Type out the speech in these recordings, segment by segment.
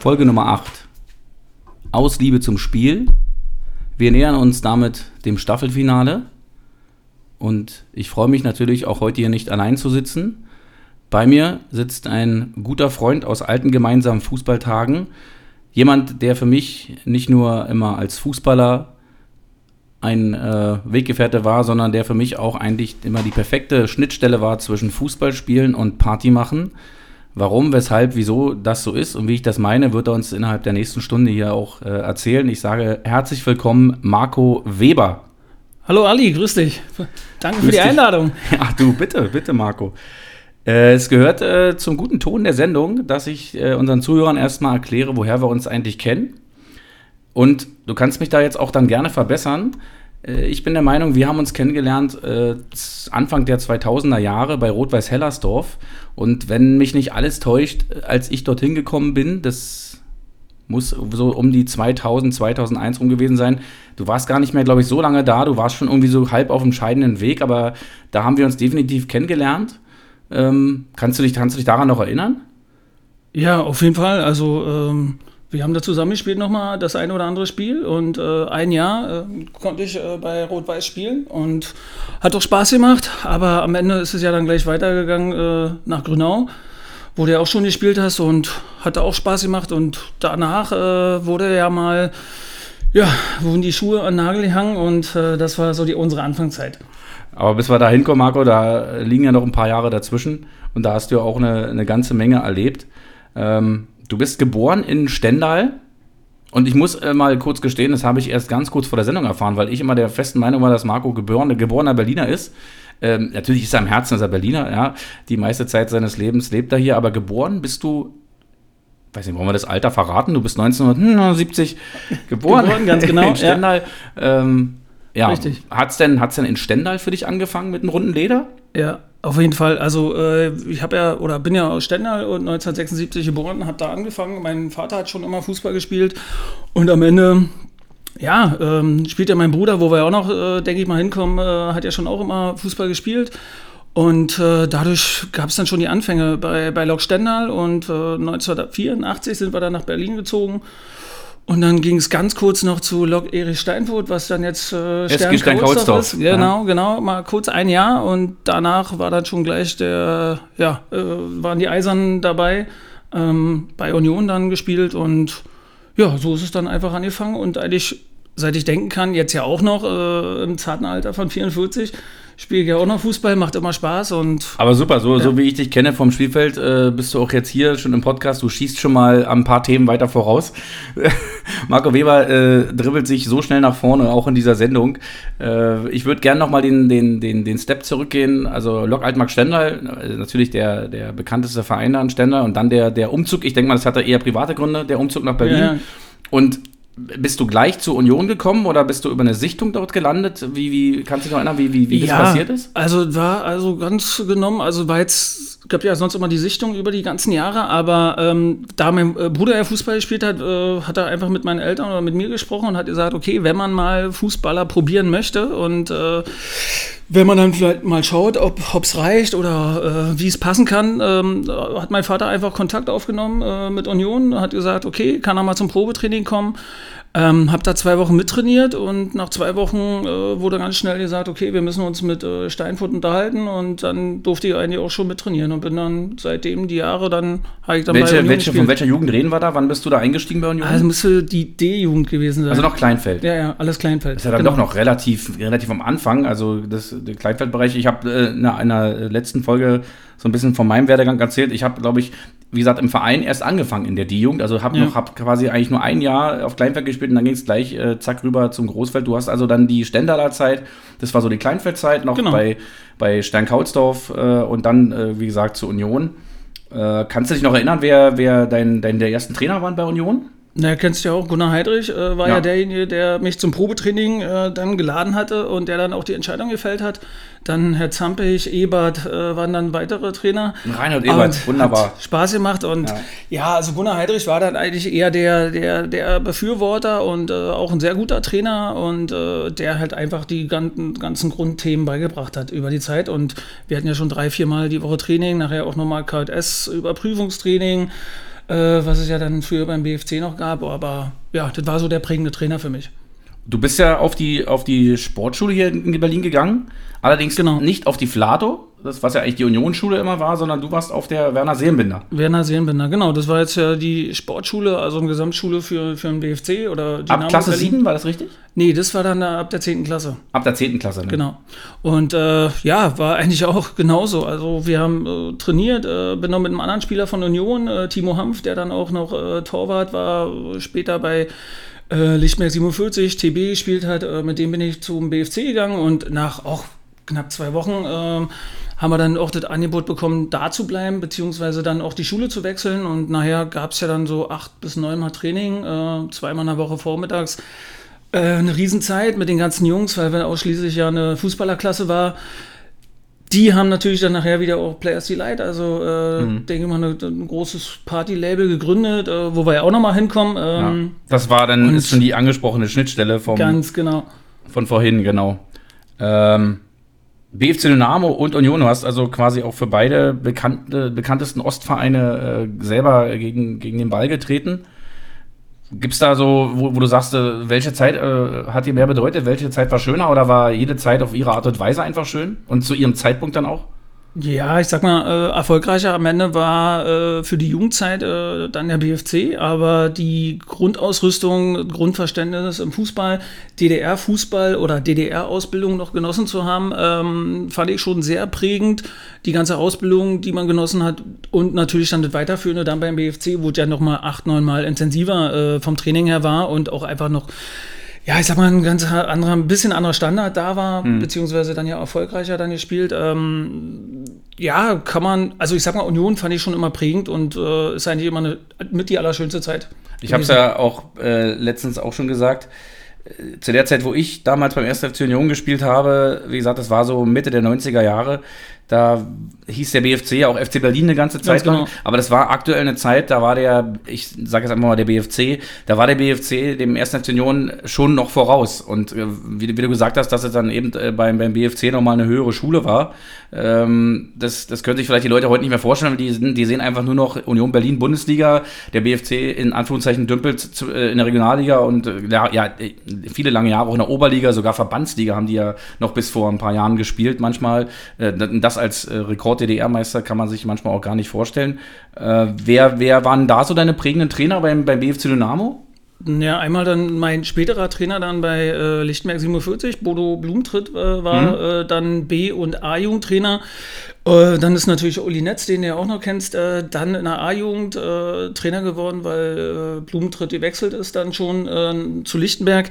Folge Nummer 8. Aus Liebe zum Spiel. Wir nähern uns damit dem Staffelfinale. Und ich freue mich natürlich auch heute hier nicht allein zu sitzen. Bei mir sitzt ein guter Freund aus alten gemeinsamen Fußballtagen. Jemand, der für mich nicht nur immer als Fußballer ein Weggefährte war, sondern der für mich auch eigentlich immer die perfekte Schnittstelle war zwischen Fußballspielen und Partymachen. Warum, weshalb, wieso das so ist und wie ich das meine, wird er uns innerhalb der nächsten Stunde hier auch erzählen. Ich sage herzlich willkommen, Marco Weber. Hallo Ali, grüß dich. Danke für die Einladung. Ja, du, bitte Marco. Es gehört zum guten Ton der Sendung, dass ich unseren Zuhörern erstmal erkläre, woher wir uns eigentlich kennen. Und du kannst mich da jetzt auch dann gerne verbessern. Ich bin der Meinung, wir haben uns kennengelernt Anfang der 2000er Jahre bei Rot-Weiß Hellersdorf. Und wenn mich nicht alles täuscht, als ich dorthin gekommen bin, das muss so um die 2000, 2001 rum gewesen sein. Du warst gar nicht mehr, glaube ich, so lange da. Du warst schon irgendwie so halb auf dem scheidenden Weg. Aber da haben wir uns definitiv kennengelernt. Kannst du dich daran noch erinnern? Ja, auf jeden Fall. Also wir haben da zusammen gespielt nochmal das eine oder andere Spiel und ein Jahr konnte ich bei Rot-Weiß spielen und hat auch Spaß gemacht, aber am Ende ist es ja dann gleich weitergegangen nach Grünau, wo du ja auch schon gespielt hast und hatte auch Spaß gemacht und danach wurden die Schuhe an den Nagel gehangen und das war so unsere Anfangszeit. Aber bis wir da hinkommen, Marco, da liegen ja noch ein paar Jahre dazwischen und da hast du ja auch eine ganze Menge erlebt. Du bist geboren in Stendal und ich muss mal kurz gestehen, das habe ich erst ganz kurz vor der Sendung erfahren, weil ich immer der festen Meinung war, dass Marco geborener Berliner ist. Natürlich ist er im Herzen, ist er Berliner, ja. Die meiste Zeit seines Lebens lebt er hier, aber geboren bist du, weiß nicht, wollen wir das Alter verraten? Du bist 1970 geboren, ganz genau, in Stendal. Ja, richtig. Hat's denn in Stendal für dich angefangen mit einem runden Leder? Ja, auf jeden Fall. Also ich bin ja aus Stendal und 1976 geboren, habe da angefangen. Mein Vater hat schon immer Fußball gespielt und am Ende, spielt ja mein Bruder, wo wir auch noch, denke ich mal, hinkommen, hat ja schon auch immer Fußball gespielt. Und dadurch gab es dann schon die Anfänge bei Lok Stendal und 1984 sind wir dann nach Berlin gezogen. Und dann ging es ganz kurz noch zu Lok Erich Steinfurt, was dann jetzt Stern-Kaulsdorf ist. Genau, mal kurz ein Jahr und danach war dann schon gleich waren die Eisernen dabei, bei Union dann gespielt und ja, so ist es dann einfach angefangen und eigentlich, seit ich denken kann, jetzt ja auch noch im zarten Alter von 44, spiele ich ja auch noch Fußball, macht immer Spaß. Aber super, so wie ich dich kenne vom Spielfeld, bist du auch jetzt hier schon im Podcast, du schießt schon mal ein paar Themen weiter voraus. Marco Weber dribbelt sich so schnell nach vorne, auch in dieser Sendung. Ich würde gerne nochmal den Step zurückgehen, also Lok Altmark Stendal, natürlich der bekannteste Verein da in Stendal und dann der Umzug, ich denke mal, das hatte eher private Gründe, der Umzug nach Berlin. Ja. Und bist du gleich zur Union gekommen oder bist du über eine Sichtung dort gelandet? Wie kannst du dich noch erinnern, wie das passiert ist? Also ganz genommen, gab ja sonst immer die Sichtung über die ganzen Jahre, aber da mein Bruder ja Fußball gespielt hat, hat er einfach mit meinen Eltern oder mit mir gesprochen und hat gesagt, okay, wenn man mal Fußballer probieren möchte und wenn man dann vielleicht mal schaut, ob es reicht oder wie es passen kann, hat mein Vater einfach Kontakt aufgenommen mit Union, hat gesagt, okay, kann er mal zum Probetraining kommen. Hab da 2 Wochen mittrainiert und nach 2 Wochen wurde ganz schnell gesagt, okay, wir müssen uns mit Steinfurt unterhalten und dann durfte ich eigentlich auch schon mittrainieren und bin dann seitdem die Jahre dann habe ich dann bei Union gespielt. Von welcher Jugend reden wir da? Wann bist du da eingestiegen bei Union? Also müsste die D-Jugend gewesen sein. Also noch Kleinfeld? Ja, alles Kleinfeld. Das ist ja dann doch noch relativ am Anfang, also der Kleinfeldbereich. Ich habe in einer letzten Folge so ein bisschen von meinem Werdegang erzählt. Ich habe, glaube ich, wie gesagt, im Verein erst angefangen in der D-Jugend. Also hab quasi eigentlich nur ein Jahr auf Kleinfeld gespielt und dann ging es gleich zack rüber zum Großfeld. Du hast also dann die Stendaler Zeit, das war so die Kleinfeldzeit noch bei Stern-Kaulsdorf und dann, wie gesagt, zur Union. Kannst du dich noch erinnern, wer der ersten Trainer waren bei Union? Na, kennst du ja auch, Gunnar Heidrich war ja derjenige, der mich zum Probetraining dann geladen hatte und der dann auch die Entscheidung gefällt hat. Dann Herr Zampich, Ebert waren dann weitere Trainer. Reinhard Ebert, wunderbar. Hat Spaß gemacht und also Gunnar Heidrich war dann eigentlich eher der Befürworter und auch ein sehr guter Trainer und der halt einfach die ganzen Grundthemen beigebracht hat über die Zeit und wir hatten ja schon 3-4 Mal die Woche Training, nachher auch nochmal KS-Überprüfungstraining. was es ja dann früher beim BFC noch gab. Aber ja, das war so der prägende Trainer für mich. Du bist ja auf die Sportschule hier in Berlin gegangen, allerdings nicht auf die Flato, das was ja eigentlich die Unionsschule immer war, sondern du warst auf der Werner Seelenbinder. Werner Seelenbinder, genau. Das war jetzt ja die Sportschule, also eine Gesamtschule für den BFC oder Dynamo Ab Klasse Berlin. 7, war das richtig? Nee, das war dann ab der 10. Klasse. Ab der 10. Klasse, ne? Genau. Und ja, war eigentlich auch genauso. Also wir haben trainiert, bin noch mit einem anderen Spieler von Union, Timo Hampf, der dann auch noch Torwart war, später bei Lichtmerk 47, TB gespielt hat, mit dem bin ich zum BFC gegangen und nach auch knapp 2 Wochen haben wir dann auch das Angebot bekommen, da zu bleiben, beziehungsweise dann auch die Schule zu wechseln und nachher gab es ja dann so 8 bis 9 Mal Training, 2-mal in der Woche vormittags. Eine Riesenzeit mit den ganzen Jungs, weil wir ausschließlich ja eine Fußballerklasse war. Die haben natürlich dann nachher wieder auch Players Delight, also denke ich mal, ein großes Party-Label gegründet, wo wir ja auch nochmal hinkommen. Das war dann ist schon die angesprochene Schnittstelle ganz genau. Von vorhin, genau. BFC Dynamo und Union, du hast also quasi auch für beide bekanntesten Ostvereine selber gegen den Ball getreten. Gibt's da so, wo du sagst, welche Zeit hat dir mehr bedeutet, welche Zeit war schöner oder war jede Zeit auf ihre Art und Weise einfach schön und zu ihrem Zeitpunkt dann auch? Ja, ich sag mal, erfolgreicher am Ende war für die Jugendzeit dann der BFC, aber die Grundausrüstung, Grundverständnis im Fußball, DDR-Fußball oder DDR-Ausbildung noch genossen zu haben, fand ich schon sehr prägend. Die ganze Ausbildung, die man genossen hat und natürlich dann das Weiterführende dann beim BFC, wo es ja nochmal 8, 9 Mal intensiver vom Training her war und auch einfach noch, ja, ich sag mal, ein bisschen anderer Standard da war, beziehungsweise dann ja erfolgreicher dann gespielt. Ja, kann man, also ich sag mal, Union fand ich schon immer prägend und ist eigentlich immer mit die allerschönste Zeit. Ich habe es ja auch letztens auch schon gesagt, zu der Zeit, wo ich damals beim 1. FC Union gespielt habe, wie gesagt, das war so Mitte der 90er Jahre, da hieß der BFC ja auch FC Berlin eine ganze Zeit lang, aber das war aktuell eine Zeit, da war ich sage jetzt einfach mal der BFC, da war der BFC dem 1. FC Union schon noch voraus und wie du gesagt hast, dass es dann eben beim BFC nochmal eine höhere Schule war, das können sich vielleicht die Leute heute nicht mehr vorstellen, die sehen einfach nur noch Union Berlin Bundesliga, der BFC in Anführungszeichen dümpelt in der Regionalliga und ja, viele lange Jahre auch in der Oberliga, sogar Verbandsliga haben die ja noch bis vor ein paar Jahren gespielt manchmal, das als Rekord-DDR-Meister kann man sich manchmal auch gar nicht vorstellen. Wer waren da so deine prägenden Trainer beim BFC Dynamo? Ja, einmal dann mein späterer Trainer dann bei Lichtmerk 47, Bodo Blumentritt war dann B- und A-Jugendtrainer. Dann ist natürlich Uli Netz, den du ja auch noch kennst, dann in der A-Jugend Trainer geworden, weil Blumentritt gewechselt ist dann schon zu Lichtenberg.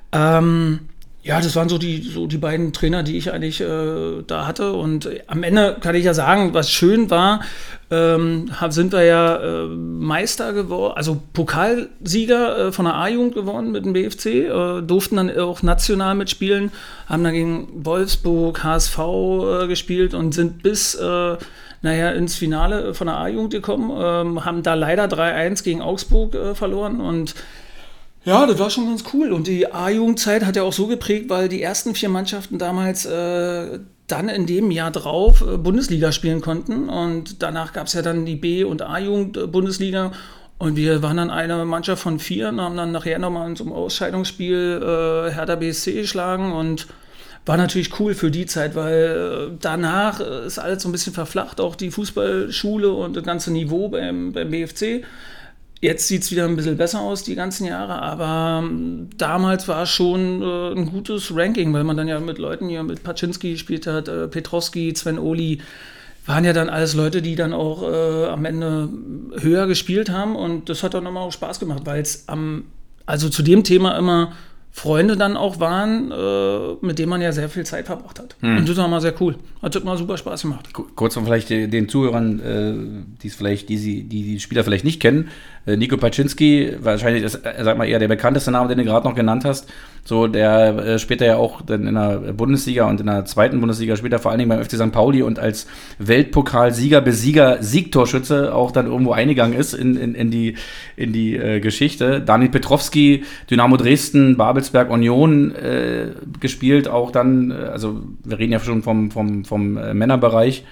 Ja, das waren so die beiden Trainer, die ich eigentlich da hatte. Und am Ende kann ich ja sagen, was schön war, sind wir ja Meister geworden, also Pokalsieger von der A-Jugend geworden mit dem BFC, durften dann auch national mitspielen, haben dann gegen Wolfsburg, HSV gespielt und sind bis ins Finale von der A-Jugend gekommen, haben da leider 3-1 gegen Augsburg verloren und ja, das war schon ganz cool. Und die A-Jugendzeit hat ja auch so geprägt, weil die ersten 4 Mannschaften damals dann in dem Jahr drauf Bundesliga spielen konnten. Und danach gab es ja dann die B- und A-Jugend-Bundesliga. Und wir waren dann eine Mannschaft von 4 und haben dann nachher nochmal in so einem Ausscheidungsspiel Hertha BSC geschlagen. Und war natürlich cool für die Zeit, weil danach ist alles so ein bisschen verflacht, auch die Fußballschule und das ganze Niveau beim BFC. Jetzt sieht es wieder ein bisschen besser aus, die ganzen Jahre, aber damals war es schon ein gutes Ranking, weil man dann ja mit Leuten hier mit Paczynski gespielt hat, Petrowski, Sven Oli, waren ja dann alles Leute, die dann auch am Ende höher gespielt haben und das hat dann immer auch Spaß gemacht, weil es also zu dem Thema immer Freunde dann auch waren, mit denen man ja sehr viel Zeit verbracht hat. Und das war mal sehr cool. Hat immer super Spaß gemacht. Kurz von vielleicht den Zuhörern, die Spieler vielleicht nicht kennen. Nico Paczynski, wahrscheinlich ist, sag mal, eher der bekannteste Name, den du gerade noch genannt hast. So, der später ja auch dann in der Bundesliga und in der zweiten Bundesliga später vor allen Dingen beim FC St. Pauli und als Weltpokalsieger, Siegtorschütze auch dann irgendwo eingegangen ist in die Geschichte. Daniel Petrowski, Dynamo Dresden, Babelsberg, Union gespielt, auch dann, also wir reden ja schon vom Männerbereich.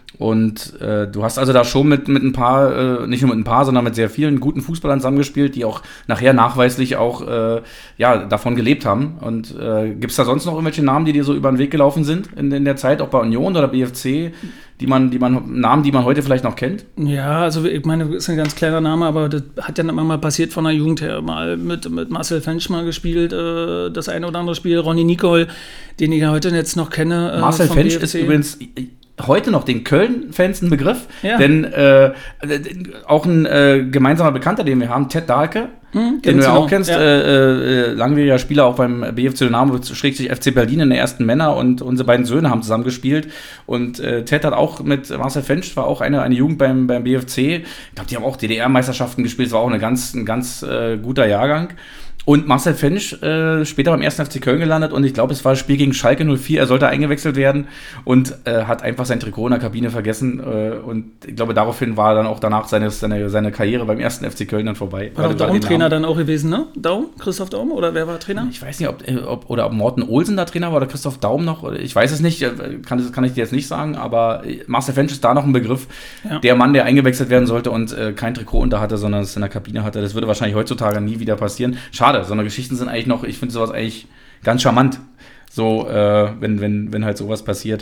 Und du hast also da schon mit ein paar, nicht nur mit ein paar, sondern mit sehr vielen guten Fußballern zusammengespielt, die auch nachher nachweislich auch davon gelebt haben. Und gibt es da sonst noch irgendwelche Namen, die dir so über den Weg gelaufen sind in der Zeit, auch bei Union oder BFC, Namen, die man heute vielleicht noch kennt? Ja, also ich meine, das ist ein ganz kleiner Name, aber das hat ja immer mal passiert von der Jugend her. Mal mit Marcel Fensch mal gespielt, das eine oder andere Spiel. Ronny Nicol, den ich ja heute jetzt noch kenne. Marcel Fensch ist übrigens heute noch den Köln-Fans ein Begriff, denn auch ein gemeinsamer Bekannter, den wir haben, Ted Dahlke, den du ja auch kennst, langjähriger Spieler auch beim BFC Dynamo FC Berlin in der ersten Männer, und unsere beiden Söhne haben zusammen gespielt, und Ted hat auch mit Marcel Fensch, war auch eine Jugend beim BFC, ich glaube, die haben auch DDR-Meisterschaften gespielt, es war auch ein ganz guter Jahrgang. Und Marcel Fensch, später beim 1. FC Köln gelandet, und ich glaube, es war das Spiel gegen Schalke 04, er sollte eingewechselt werden und hat einfach sein Trikot in der Kabine vergessen, und ich glaube, daraufhin war dann auch danach seine Karriere beim 1. FC Köln dann vorbei. War doch Daum-Trainer dann auch gewesen, ne? Daum? Christoph Daum? Oder wer war Trainer? Ich weiß nicht, ob Morten Olsen da Trainer war oder Christoph Daum noch, ich weiß es nicht, kann ich dir jetzt nicht sagen, aber Marcel Fensch ist da noch ein Begriff, der Mann, der eingewechselt werden sollte und kein Trikot unter hatte, sondern es in der Kabine hatte. Das würde wahrscheinlich heutzutage nie wieder passieren. Schade. So eine Geschichten sind eigentlich noch, ich finde sowas eigentlich ganz charmant, so, wenn halt sowas passiert.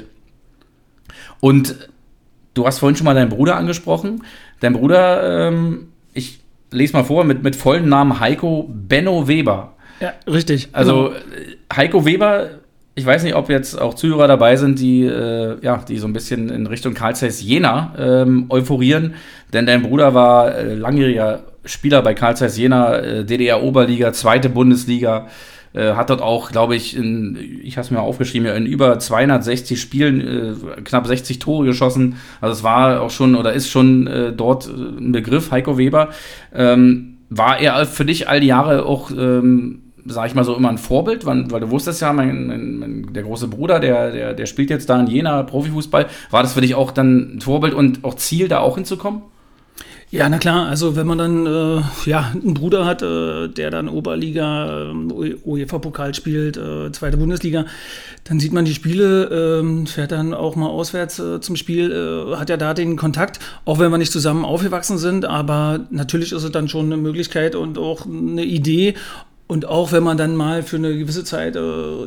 Und du hast vorhin schon mal deinen Bruder angesprochen. Dein Bruder, ich lese mal vor, mit vollem Namen Heiko Benno Weber. Ja, richtig. Also Heiko Weber, ich weiß nicht, ob jetzt auch Zuhörer dabei sind, die so ein bisschen in Richtung Carl Zeiss Jena euphorieren, denn dein Bruder war langjähriger Spieler bei Carl Zeiss Jena, DDR-Oberliga, 2. Bundesliga, hat dort auch, glaube ich, ich habe es mir aufgeschrieben, in über 260 Spielen knapp 60 Tore geschossen. Also es war auch schon oder ist schon dort ein Begriff, Heiko Weber. War er für dich all die Jahre auch, sag ich mal so, immer ein Vorbild? Weil du wusstest ja, der große Bruder, der spielt jetzt da in Jena Profifußball. War das für dich auch dann ein Vorbild und auch Ziel, da auch hinzukommen? Ja, na klar, also wenn man dann einen Bruder hat, der dann Oberliga, UEFA-Pokal spielt, 2. Bundesliga, dann sieht man die Spiele, fährt dann auch mal auswärts zum Spiel, hat ja da den Kontakt, auch wenn wir nicht zusammen aufgewachsen sind, aber natürlich ist es dann schon eine Möglichkeit und auch eine Idee, und auch wenn man dann mal für eine gewisse Zeit,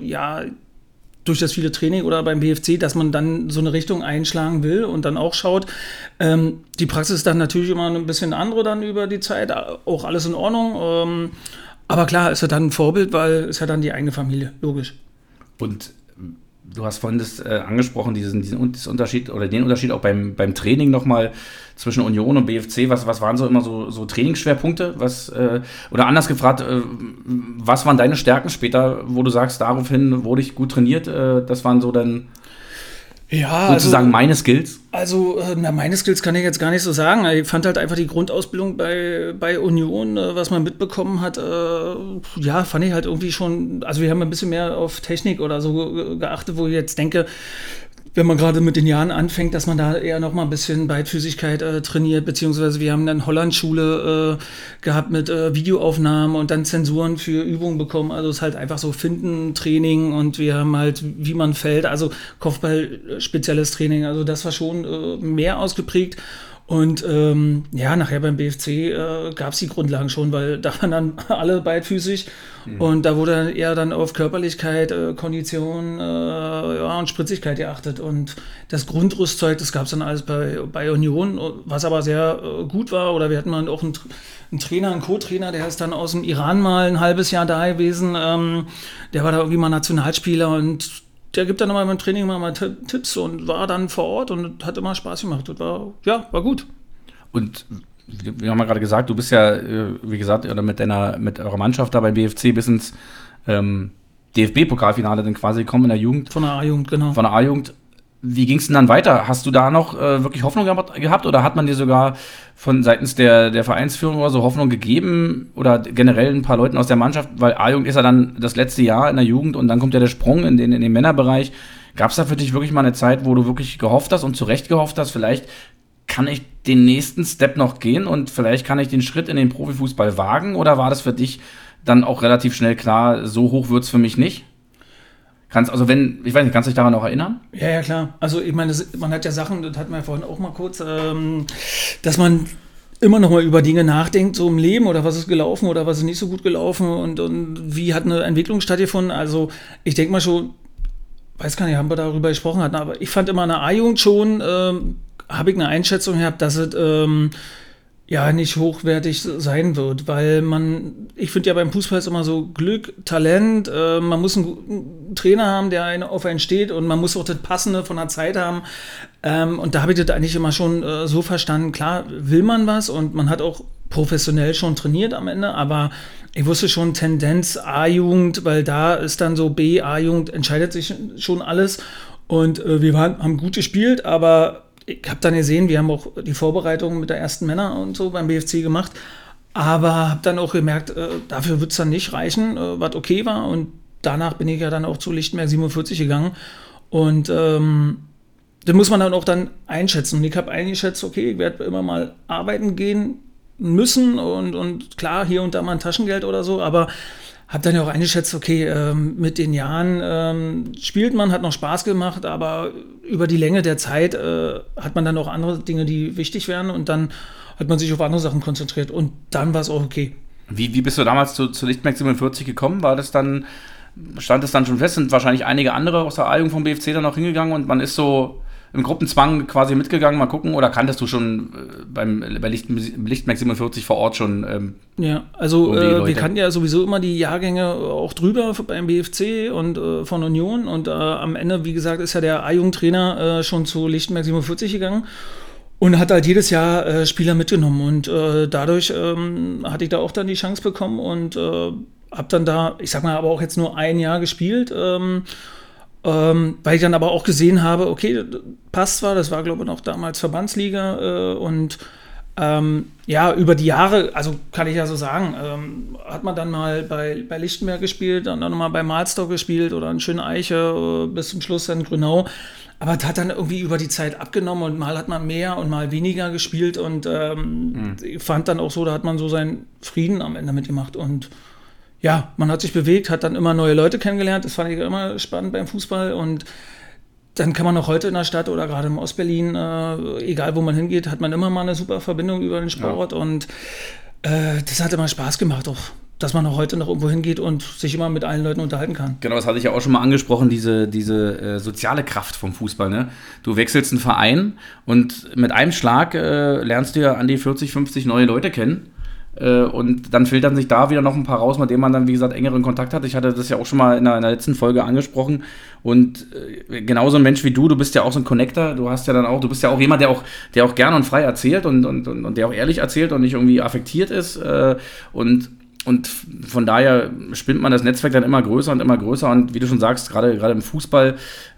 durch das viele Training oder beim BFC, dass man dann so eine Richtung einschlagen will und dann auch schaut. Die Praxis ist dann natürlich immer ein bisschen andere dann über die Zeit, auch alles in Ordnung. Aber klar, ist ja dann ein Vorbild, weil es ja dann die eigene Familie, logisch. Und du hast vorhin das angesprochen, diesen Unterschied oder den Unterschied auch beim Training nochmal zwischen Union und BFC. Was waren so immer so Trainingsschwerpunkte? Oder anders gefragt, was waren deine Stärken später, wo du sagst, daraufhin wurde ich gut trainiert? Das waren so dann sozusagen meine Skills? Also, meine Skills kann ich jetzt gar nicht so sagen. Ich fand halt einfach die Grundausbildung bei Union, was man mitbekommen hat, fand ich halt irgendwie schon, also wir haben ein bisschen mehr auf Technik oder so geachtet, wo ich jetzt denke, wenn man gerade mit den Jahren anfängt, dass man da eher noch mal ein bisschen Beidfüßigkeit trainiert, beziehungsweise wir haben dann Hollandschule gehabt mit Videoaufnahmen und dann Zensuren für Übungen bekommen. Also es ist halt einfach so Finden-Training, und wir haben halt, wie man fällt, also Kopfball-spezielles Training. Also das war schon mehr ausgeprägt. Und nachher beim BFC gab es die Grundlagen schon, weil da waren dann alle beidfüßig und da wurde eher dann auf Körperlichkeit, Kondition und Spritzigkeit geachtet. Und das Grundrüstzeug, das gab es dann alles bei Union, was aber sehr gut war. Oder wir hatten mal auch einen Trainer, einen Co-Trainer, der ist dann aus dem Iran mal ein halbes Jahr da gewesen. Der war da irgendwie mal Nationalspieler, und der gibt dann immer beim Training mal Tipps und war dann vor Ort und hat immer Spaß gemacht. Das war gut. Und wir haben ja gerade gesagt, du bist ja, wie gesagt, oder mit eurer Mannschaft da beim BFC bis ins DFB-Pokalfinale dann quasi gekommen in der Jugend. Von der A-Jugend, genau. Von der A-Jugend. Wie ging es denn dann weiter? Hast du da noch wirklich Hoffnung gehabt, oder hat man dir sogar von seitens der Vereinsführung oder so Hoffnung gegeben, oder generell ein paar Leuten aus der Mannschaft? Weil A-Jugend ist ja dann das letzte Jahr in der Jugend und dann kommt ja der Sprung in den Männerbereich. Gab es da für dich wirklich mal eine Zeit, wo du wirklich gehofft hast und zu Recht gehofft hast, vielleicht kann ich den nächsten Step noch gehen und vielleicht kann ich den Schritt in den Profifußball wagen? Oder war das für dich dann auch relativ schnell klar, so hoch wird es für mich nicht? Ich weiß nicht, kannst du dich daran auch erinnern? Ja, klar. Also ich meine, man hat ja Sachen, das hatten wir ja vorhin auch mal kurz, dass man immer noch mal über Dinge nachdenkt, so im Leben oder was ist gelaufen oder was ist nicht so gut gelaufen und wie hat eine Entwicklung stattgefunden. Also ich denke mal schon, weiß gar nicht, haben wir darüber gesprochen hatten, aber ich fand immer in der A-Jugend schon, habe ich eine Einschätzung gehabt, dass es nicht hochwertig sein wird, weil ich finde ja beim Fußball ist immer so Glück, Talent, man muss einen guten Trainer haben, der auf einen steht und man muss auch das Passende von der Zeit haben und da habe ich das eigentlich immer schon so verstanden, klar will man was und man hat auch professionell schon trainiert am Ende, aber ich wusste schon Tendenz A-Jugend, weil da ist dann so B, A-Jugend, entscheidet sich schon alles und wir haben gut gespielt, aber ich habe dann gesehen, wir haben auch die Vorbereitungen mit der ersten Männer und so beim BFC gemacht, aber habe dann auch gemerkt, dafür wird es dann nicht reichen, was okay war und danach bin ich ja dann auch zu Lichtenberg 47 gegangen und das muss man dann auch dann einschätzen und ich habe eingeschätzt, okay, ich werde immer mal arbeiten gehen müssen und klar, hier und da mal ein Taschengeld oder so, aber habe dann ja auch eingeschätzt, okay, mit den Jahren spielt man, hat noch Spaß gemacht, aber über die Länge der Zeit hat man dann auch andere Dinge, die wichtig wären und dann hat man sich auf andere Sachen konzentriert und dann war es auch okay. Wie bist du damals zu Lichtenberg 47 gekommen? Stand es dann schon fest? Sind wahrscheinlich einige andere aus der A-Jugend vom BFC dann noch hingegangen und man ist so im Gruppenzwang quasi mitgegangen, mal gucken, oder kanntest du schon bei Lichtenberg 47 vor Ort schon? Ja, also wir kannten ja sowieso immer die Jahrgänge auch drüber beim BFC und von Union und am Ende, wie gesagt, ist ja der A-Jugendtrainer schon zu Lichtenberg 47 gegangen und hat halt jedes Jahr Spieler mitgenommen und dadurch hatte ich da auch dann die Chance bekommen und habe dann da, ich sag mal, aber auch jetzt nur ein Jahr gespielt, weil ich dann aber auch gesehen habe, okay, passt zwar, das war glaube ich noch damals Verbandsliga und über die Jahre, also kann ich ja so sagen, hat man dann mal bei Lichtenberg gespielt, dann nochmal bei Mahlsdorf gespielt oder in Schöneiche bis zum Schluss dann Grünau, aber das hat dann irgendwie über die Zeit abgenommen und mal hat man mehr und mal weniger gespielt und ich fand dann auch so, da hat man so seinen Frieden am Ende mitgemacht und ja, man hat sich bewegt, hat dann immer neue Leute kennengelernt. Das fand ich immer spannend beim Fußball. Und dann kann man auch heute in der Stadt oder gerade im Ostberlin, egal wo man hingeht, hat man immer mal eine super Verbindung über den Sport. Ja. Und das hat immer Spaß gemacht, auch, dass man auch heute noch irgendwo hingeht und sich immer mit allen Leuten unterhalten kann. Genau, das hatte ich ja auch schon mal angesprochen, diese soziale Kraft vom Fußball. Ne? Du wechselst einen Verein und mit einem Schlag lernst du ja an die 40, 50 neue Leute kennen. Und dann filtern sich da wieder noch ein paar raus, mit denen man dann, wie gesagt, engeren Kontakt hat. Ich hatte das ja auch schon mal in der letzten Folge angesprochen. Und genauso ein Mensch wie du bist ja auch so ein Connector. Du bist ja auch jemand, der auch gerne und frei erzählt und der auch ehrlich erzählt und nicht irgendwie affektiert ist. Und von daher spinnt man das Netzwerk dann immer größer und immer größer. Und wie du schon sagst, gerade im Fußball,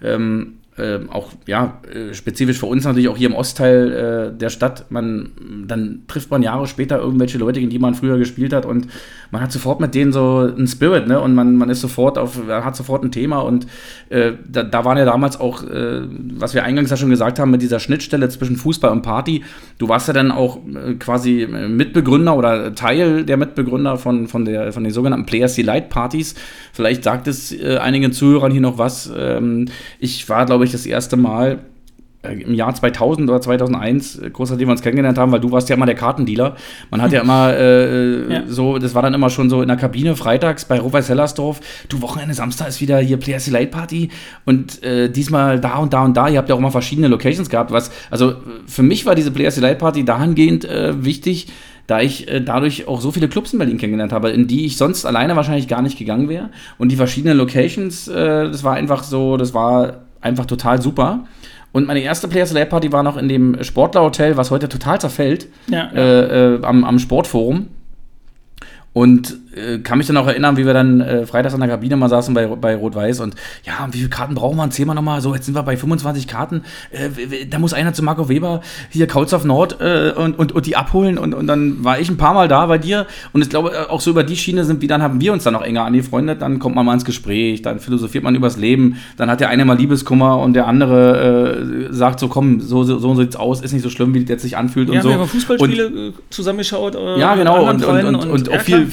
spezifisch für uns natürlich auch hier im Ostteil der Stadt, dann trifft man Jahre später irgendwelche Leute, gegen die man früher gespielt hat und man hat sofort mit denen so einen Spirit, ne? Und man ist hat sofort ein Thema und da waren ja damals auch, was wir eingangs ja schon gesagt haben, mit dieser Schnittstelle zwischen Fußball und Party. Du warst ja dann auch quasi Mitbegründer oder Teil der Mitbegründer von den sogenannten Players Delight Partys. Vielleicht sagt es einigen Zuhörern hier noch was. Ich war, glaube ich, das erste Mal im Jahr 2000 oder 2001, kurz nachdem wir uns kennengelernt haben, weil du warst ja immer der Kartendealer. Man hat ja immer so, das war dann immer schon so in der Kabine freitags bei Rot-Weiß-Hellersdorf, du, Wochenende, Samstag ist wieder hier Players Delight Party und diesmal da und da und da. Ihr habt ja auch immer verschiedene Locations gehabt. Also für mich war diese Players Delight Party dahingehend wichtig, da ich dadurch auch so viele Clubs in Berlin kennengelernt habe, in die ich sonst alleine wahrscheinlich gar nicht gegangen wäre. Und die verschiedenen Locations, das war einfach total super. Und meine erste Players Delight Party war noch in dem Sportler-Hotel, was heute total zerfällt, am Sportforum. Und kann mich dann auch erinnern, wie wir dann freitags an der Kabine mal saßen bei Rot-Weiß und ja, wie viele Karten brauchen wir? Zählen wir nochmal, so jetzt sind wir bei 25 Karten, da muss einer zu Marco Weber, hier Kautsdorf Nord und die abholen und dann war ich ein paar Mal da bei dir und ich glaube auch so über die Schiene haben wir uns dann noch enger angefreundet, dann kommt man mal ins Gespräch, dann philosophiert man übers Leben, dann hat der eine mal Liebeskummer und der andere sagt so, komm, so sieht's aus, ist nicht so schlimm, wie das jetzt sich anfühlt und so. Ja, wir haben Fußballspiele zusammengeschaut. Ja, genau, und auch viel Musik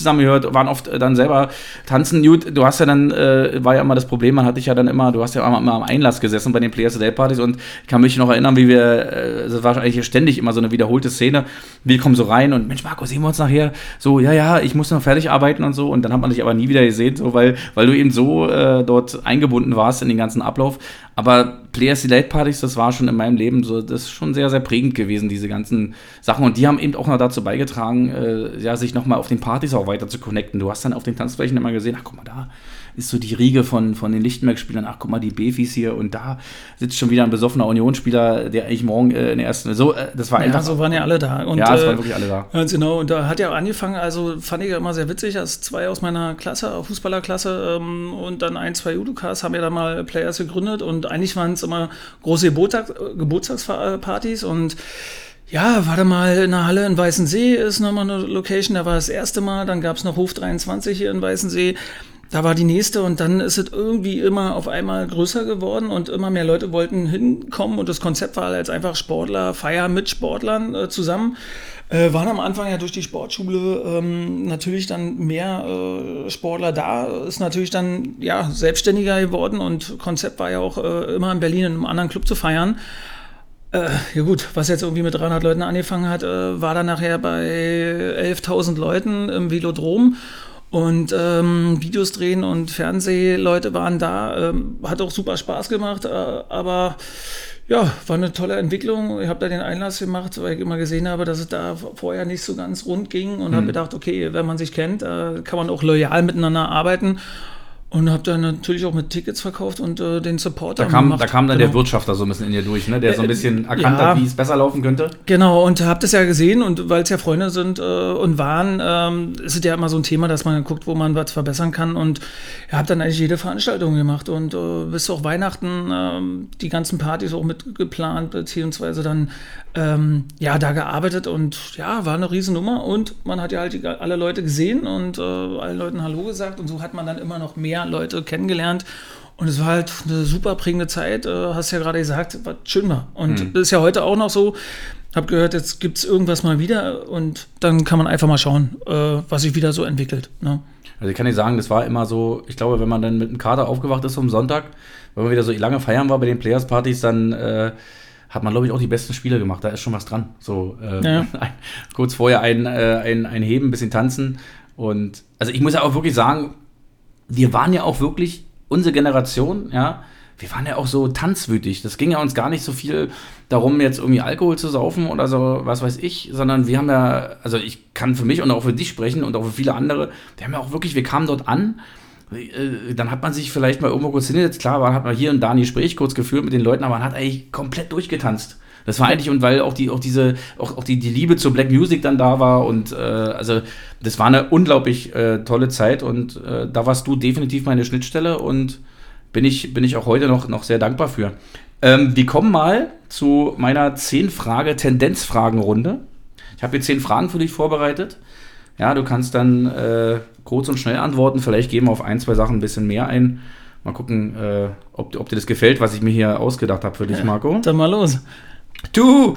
zusammen gehört, waren oft dann selber tanzen. Gut, du hast ja dann, war ja immer das Problem, man hat dich ja dann immer, du hast ja immer am Einlass gesessen bei den Players Day Partys und ich kann mich noch erinnern, wie wir, das war eigentlich ständig immer so eine wiederholte Szene, wir kommen so rein und Mensch, Marco, sehen wir uns nachher? So, ja, ich muss noch fertig arbeiten und so und dann hat man dich aber nie wieder gesehen, so, weil du eben so dort eingebunden warst in den ganzen Ablauf. Aber Players Day Partys, das war schon in meinem Leben so, das ist schon sehr, sehr prägend gewesen, diese ganzen Sachen. Und die haben eben auch noch dazu beigetragen, sich nochmal auf den Partys auch weiter zu connecten. Du hast dann auf den Tanzflächen immer gesehen, ach guck mal, da ist so die Riege von den Lichtenberg-Spielern, ach guck mal, die Befis hier und da sitzt schon wieder ein besoffener Unionsspieler, der eigentlich morgen in der ersten, so, das war einfach. Ja, so waren ja alle da. Und, ja, es waren wirklich alle da. Ganz genau, und da hat ja auch angefangen, also fand ich ja immer sehr witzig, als 2 aus meiner Klasse, Fußballerklasse und dann 1, 2 Judokas haben ja da mal Players gegründet und eigentlich waren es immer große Geburtstagspartys und ja, war da mal in der Halle in Weißensee, ist nochmal eine Location, da war das erste Mal, dann gab es noch Hof 23 hier in Weißensee, da war die nächste und dann ist es irgendwie immer auf einmal größer geworden und immer mehr Leute wollten hinkommen und das Konzept war als einfach Sportler, Feier mit Sportlern zusammen. Waren am Anfang ja durch die Sportschule natürlich dann mehr Sportler da, ist natürlich dann ja selbstständiger geworden und Konzept war ja auch immer in Berlin in einem anderen Club zu feiern. Ja gut, was jetzt irgendwie mit 300 Leuten angefangen hat, war dann nachher bei 11.000 Leuten im Velodrom. Und Videos drehen und Fernsehleute waren da, hat auch super Spaß gemacht, aber ja, war eine tolle Entwicklung. Ich habe da den Einlass gemacht, weil ich immer gesehen habe, dass es da vorher nicht so ganz rund ging und habe gedacht, okay, wenn man sich kennt, kann man auch loyal miteinander arbeiten. Und habe dann natürlich auch mit Tickets verkauft und den Supporter gemacht. Da kam dann der Wirtschafter so ein bisschen in dir durch, ne? Der so ein bisschen erkannt hat, wie es besser laufen könnte. Genau, und habt es ja gesehen und weil es ja Freunde sind und waren, ist es ja immer so ein Thema, dass man guckt, wo man was verbessern kann und ihr habt dann eigentlich jede Veranstaltung gemacht und bis auch Weihnachten die ganzen Partys auch mitgeplant, beziehungsweise dann da gearbeitet und ja, war eine Riesennummer und man hat ja halt alle Leute gesehen und allen Leuten Hallo gesagt und so hat man dann immer noch mehr Leute kennengelernt und es war halt eine super prägende Zeit, hast ja gerade gesagt, was schön war und das ist ja heute auch noch so, hab gehört, jetzt gibt es irgendwas mal wieder und dann kann man einfach mal schauen, was sich wieder so entwickelt, ne? Also ich kann nicht sagen, das war immer so, ich glaube, wenn man dann mit einem Kater aufgewacht ist am Sonntag, wenn man wieder so lange feiern war bei den Players-Partys, dann hat man, glaube ich, auch die besten Spiele gemacht. Da ist schon was dran. So kurz vorher ein Heben, ein bisschen tanzen. Und also ich muss ja auch wirklich sagen, wir waren ja auch wirklich, unsere Generation, ja, wir waren ja auch so tanzwütig. Das ging ja uns gar nicht so viel darum, jetzt irgendwie Alkohol zu saufen oder so, was weiß ich, sondern wir haben ja, also ich kann für mich und auch für dich sprechen und auch für viele andere, wir haben ja auch wirklich, wir kamen dort an, dann hat man sich vielleicht mal irgendwo kurz hingesetzt, klar, hat man hier und da ein Gespräch kurz geführt mit den Leuten, aber man hat eigentlich komplett durchgetanzt. Das war eigentlich, und weil auch die Liebe zur Black Music dann da war und also das war eine unglaublich tolle Zeit und da warst du definitiv meine Schnittstelle und bin ich auch heute noch sehr dankbar für. Wir kommen mal zu meiner 10-Frage-Tendenzfragenrunde. Ich habe hier 10 Fragen für dich vorbereitet. Ja, du kannst dann kurz und schnell antworten. Vielleicht geben wir auf 1, 2 Sachen ein bisschen mehr ein. Mal gucken, ob dir das gefällt, was ich mir hier ausgedacht habe für dich, Marco. Dann mal los. Du!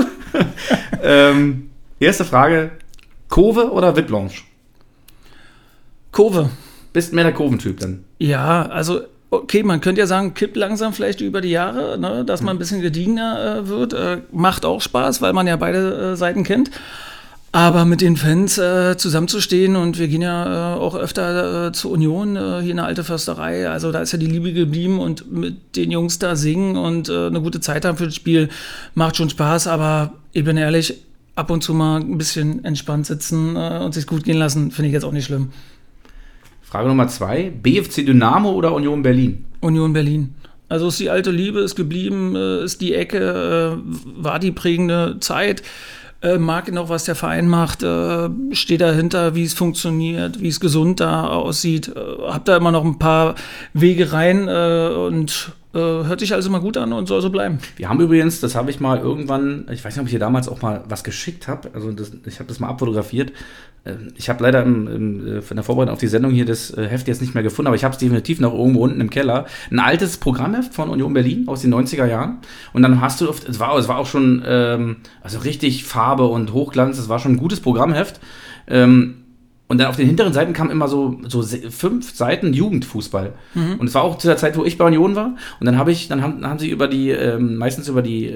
Erste Frage: Kurve oder Vide-Blanche? Kurve. Bist mehr der Kurventyp dann? Ja, also okay, man könnte ja sagen, kippt langsam vielleicht über die Jahre, ne, dass man ein bisschen gediegener wird. Macht auch Spaß, weil man ja beide Seiten kennt. Aber mit den Fans zusammenzustehen und wir gehen ja auch öfter zur Union, hier in der Alte Försterei, also da ist ja die Liebe geblieben und mit den Jungs da singen und eine gute Zeit haben für das Spiel, macht schon Spaß, aber ich bin ehrlich, ab und zu mal ein bisschen entspannt sitzen und sich gut gehen lassen, finde ich jetzt auch nicht schlimm. Frage Nummer 2, BFC Dynamo oder Union Berlin? Union Berlin. Also ist die alte Liebe, ist geblieben, ist die Ecke, war die prägende Zeit. Mag noch, was der Verein macht, steht dahinter, wie es funktioniert, wie es gesund da aussieht. Hab da immer noch ein paar Wege rein und hört sich also mal gut an und soll so bleiben. Wir haben übrigens, das habe ich mal irgendwann, ich weiß nicht, ob ich dir damals auch mal was geschickt habe, also ich habe das mal abfotografiert. Ich habe leider von der Vorbereitung auf die Sendung hier das Heft jetzt nicht mehr gefunden, aber ich habe es definitiv noch irgendwo unten im Keller. Ein altes Programmheft von Union Berlin aus den 90er Jahren. Und dann hast du, es war auch schon also richtig Farbe und Hochglanz, es war schon ein gutes Programmheft. Und Und dann auf den hinteren Seiten kamen immer so 5 Seiten Jugendfußball. Und es war auch zu der Zeit, wo ich bei Union war. Und dann haben sie über die, meistens über die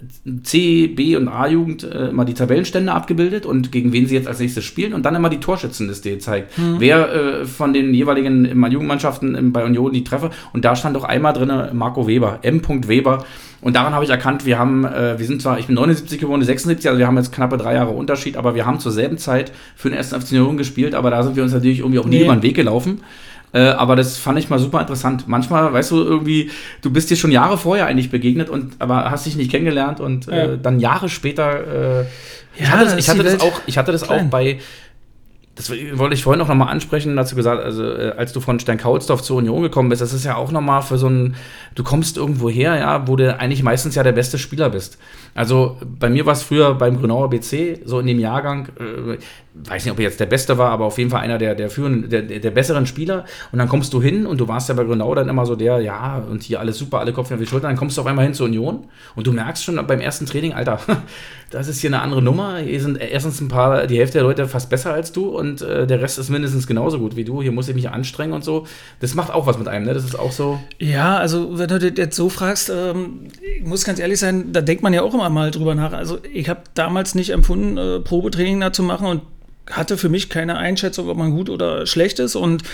C, B und A-Jugend immer die Tabellenstände abgebildet und gegen wen sie jetzt als nächstes spielen und dann immer die Torschützenliste gezeigt. Wer von den jeweiligen Jugendmannschaften bei Union die Treffer. Und da stand auch einmal drin Marco Weber, M. Weber. Und daran habe ich erkannt, ich bin 79 geworden, 76, also wir haben jetzt knappe 3 Jahre Unterschied, aber wir haben zur selben Zeit für den 1. FC Union gespielt, aber da sind wir uns natürlich irgendwie auch nie über den Weg gelaufen. Aber das fand ich mal super interessant. Manchmal, weißt du, irgendwie, du bist dir schon Jahre vorher eigentlich begegnet, aber hast dich nicht kennengelernt und dann Jahre später ich hatte das auch bei. Das wollte ich vorhin auch nochmal ansprechen, dazu gesagt, also als du von Steinkaulsdorf zur Union gekommen bist, das ist ja auch nochmal für du kommst irgendwo her, ja, wo du eigentlich meistens ja der beste Spieler bist. Also bei mir war es früher beim Grünauer BC, so in dem Jahrgang, weiß nicht, ob er jetzt der Beste war, aber auf jeden Fall einer der besseren Spieler. Und dann kommst du hin und du warst ja bei Grünau dann immer so und hier alles super, alle Kopf auf die Schulter, dann kommst du auf einmal hin zur Union und du merkst schon beim ersten Training, Alter, das ist hier eine andere Nummer, hier sind erstens die Hälfte der Leute fast besser als du und der Rest ist mindestens genauso gut wie du, hier muss ich mich anstrengen und so. Das macht auch was mit einem, ne? Das ist auch so. Ja, also wenn du das jetzt so fragst, ich muss ganz ehrlich sein, da denkt man ja auch immer mal drüber nach. Also ich habe damals nicht empfunden, Probetraining da zu machen und hatte für mich keine Einschätzung, ob man gut oder schlecht ist und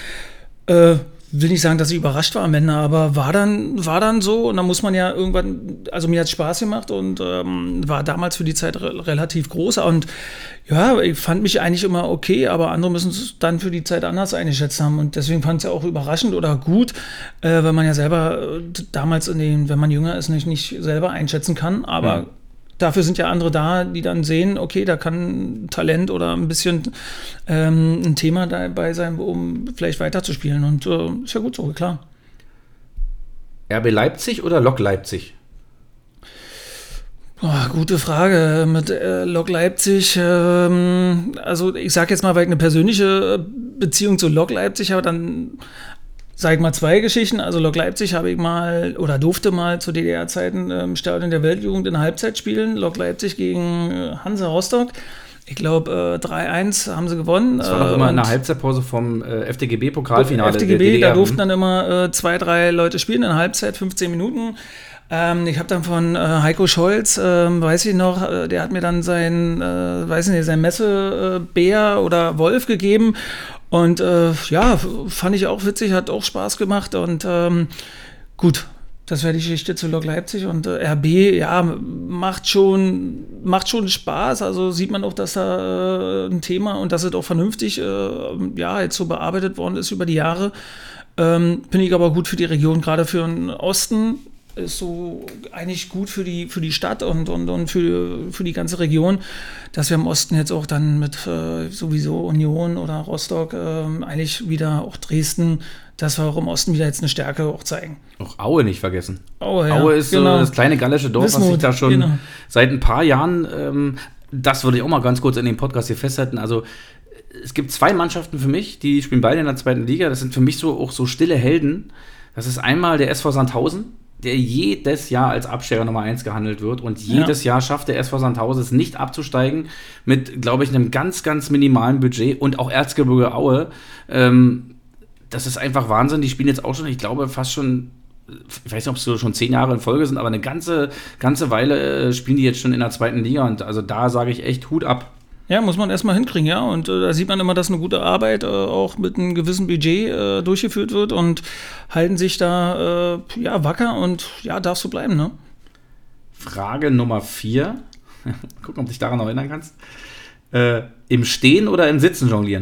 will nicht sagen, dass ich überrascht war am Ende, aber war dann so und dann muss man ja irgendwann, also mir hat es Spaß gemacht und war damals für die Zeit relativ groß und ja, ich fand mich eigentlich immer okay, aber andere müssen es dann für die Zeit anders eingeschätzt haben und deswegen fand ich es ja auch überraschend oder gut, weil man ja selber damals wenn man jünger ist, nicht selber einschätzen kann, aber dafür sind ja andere da, die dann sehen, okay, da kann Talent oder ein bisschen ein Thema dabei sein, um vielleicht weiterzuspielen. Und ist ja gut so, klar. RB Leipzig oder Lok Leipzig? Gute Frage. Mit Lok Leipzig, also ich sage jetzt mal, weil ich eine persönliche Beziehung zu Lok Leipzig habe, dann sag ich mal 2 Geschichten. Also Lok Leipzig habe ich mal oder durfte mal zu DDR-Zeiten im Stadion der Weltjugend in der Halbzeit spielen. Lok Leipzig gegen Hansa Rostock. Ich glaube 3-1 haben sie gewonnen. Das war doch immer in der Halbzeitpause vom FDGB-Pokalfinale. FDGB, da durften dann immer 2, 3 Leute spielen in der Halbzeit, 15 Minuten. Ich habe dann von Heiko Scholz, weiß ich noch, der hat mir dann sein Messebär oder Wolf gegeben. Und fand ich auch witzig, hat auch Spaß gemacht und gut, das wäre die Geschichte zu Lok Leipzig und RB, ja, macht schon Spaß, also sieht man auch, dass da ein Thema und dass es auch vernünftig jetzt so bearbeitet worden ist über die Jahre, finde ich aber gut für die Region, gerade für den Osten. Ist so eigentlich gut für die Stadt und für die ganze Region, dass wir im Osten jetzt auch dann mit sowieso Union oder Rostock eigentlich wieder auch Dresden, dass wir auch im Osten wieder jetzt eine Stärke auch zeigen. Auch Aue nicht vergessen. Aue ist so das kleine gallische Dorf, was sich da schon seit ein paar Jahren, das würde ich auch mal ganz kurz in dem Podcast hier festhalten, also es gibt 2 Mannschaften für mich, die spielen beide in der 2. Liga, das sind für mich auch so stille Helden. Das ist einmal der SV Sandhausen, der jedes Jahr als Absteiger Nummer 1 gehandelt wird und jedes Jahr schafft der SV Sandhausen es nicht abzusteigen mit, glaube ich, einem ganz, ganz minimalen Budget und auch Erzgebirge Aue. Das ist einfach Wahnsinn. Die spielen jetzt auch schon, ich glaube, fast schon, ich weiß nicht, ob es so schon 10 Jahre in Folge sind, aber eine ganze Weile spielen die jetzt schon in der 2. Liga und also da sage ich echt Hut ab. Ja, muss man erstmal hinkriegen, ja. Und da sieht man immer, dass eine gute Arbeit auch mit einem gewissen Budget durchgeführt wird und halten sich da wacker und ja, darfst du bleiben, ne? Frage Nummer 4. Gucken, ob du dich daran noch erinnern kannst. Im Stehen oder im Sitzen jonglieren?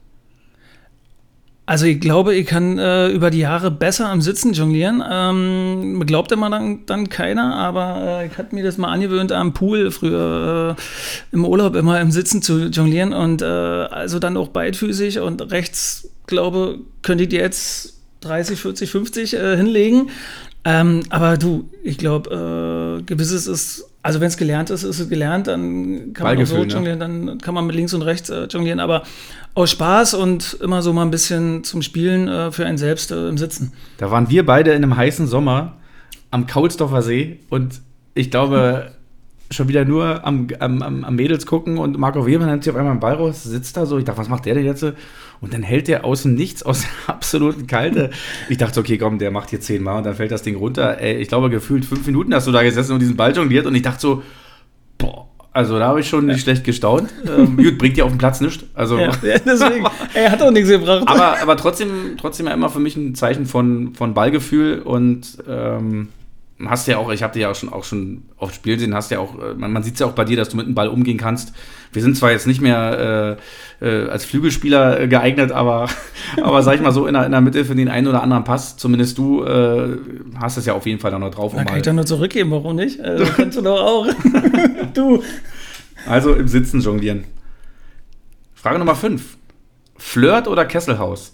Also ich glaube, ich kann über die Jahre besser am Sitzen jonglieren. Glaubt immer dann keiner, aber ich hatte mir das mal angewöhnt am Pool früher im Urlaub immer im Sitzen zu jonglieren und also dann auch beidfüßig und rechts, glaube, könnte ich dir jetzt 30, 40, 50 hinlegen. Aber du, ich glaube, gewisses ist, also wenn es gelernt ist, ist es gelernt, dann kann man auch so jonglieren, dann kann man mit links und rechts jonglieren, aber aus Spaß und immer so mal ein bisschen zum Spielen für einen selbst im Sitzen. Da waren wir beide in einem heißen Sommer am Kaulsdorfer See und ich glaube, schon wieder nur am Mädels gucken und Marco Weber nimmt sich auf einmal einen Ball raus, sitzt da so. Ich dachte, was macht der denn jetzt? Und dann hält der aus dem Nichts, aus der absoluten Kälte. Ich dachte, okay, komm, der macht hier 10-mal und dann fällt das Ding runter. Ey, ich glaube, gefühlt 5 Minuten hast du da gesessen und diesen Ball jongliert und ich dachte so, boah, also da habe ich schon nicht schlecht gestaunt. Gut, bringt dir auf dem Platz nichts. Also, ja, deswegen. Er hat auch nichts gebracht. aber trotzdem ja immer für mich ein Zeichen von Ballgefühl und hast ja auch, ich habe dir ja auch schon oft spielen sehen, hast ja auch, man sieht es ja auch bei dir, dass du mit dem Ball umgehen kannst. Wir sind zwar jetzt nicht mehr als Flügelspieler geeignet, aber sag ich mal so in der Mitte für den einen oder anderen Pass, zumindest du hast es ja auf jeden Fall dann noch drauf. Da kann ich dann nur zurückgeben, warum nicht? Kannst du doch auch. Du. Also im Sitzen jonglieren. Frage Nummer 5. Flirt oder Kesselhaus?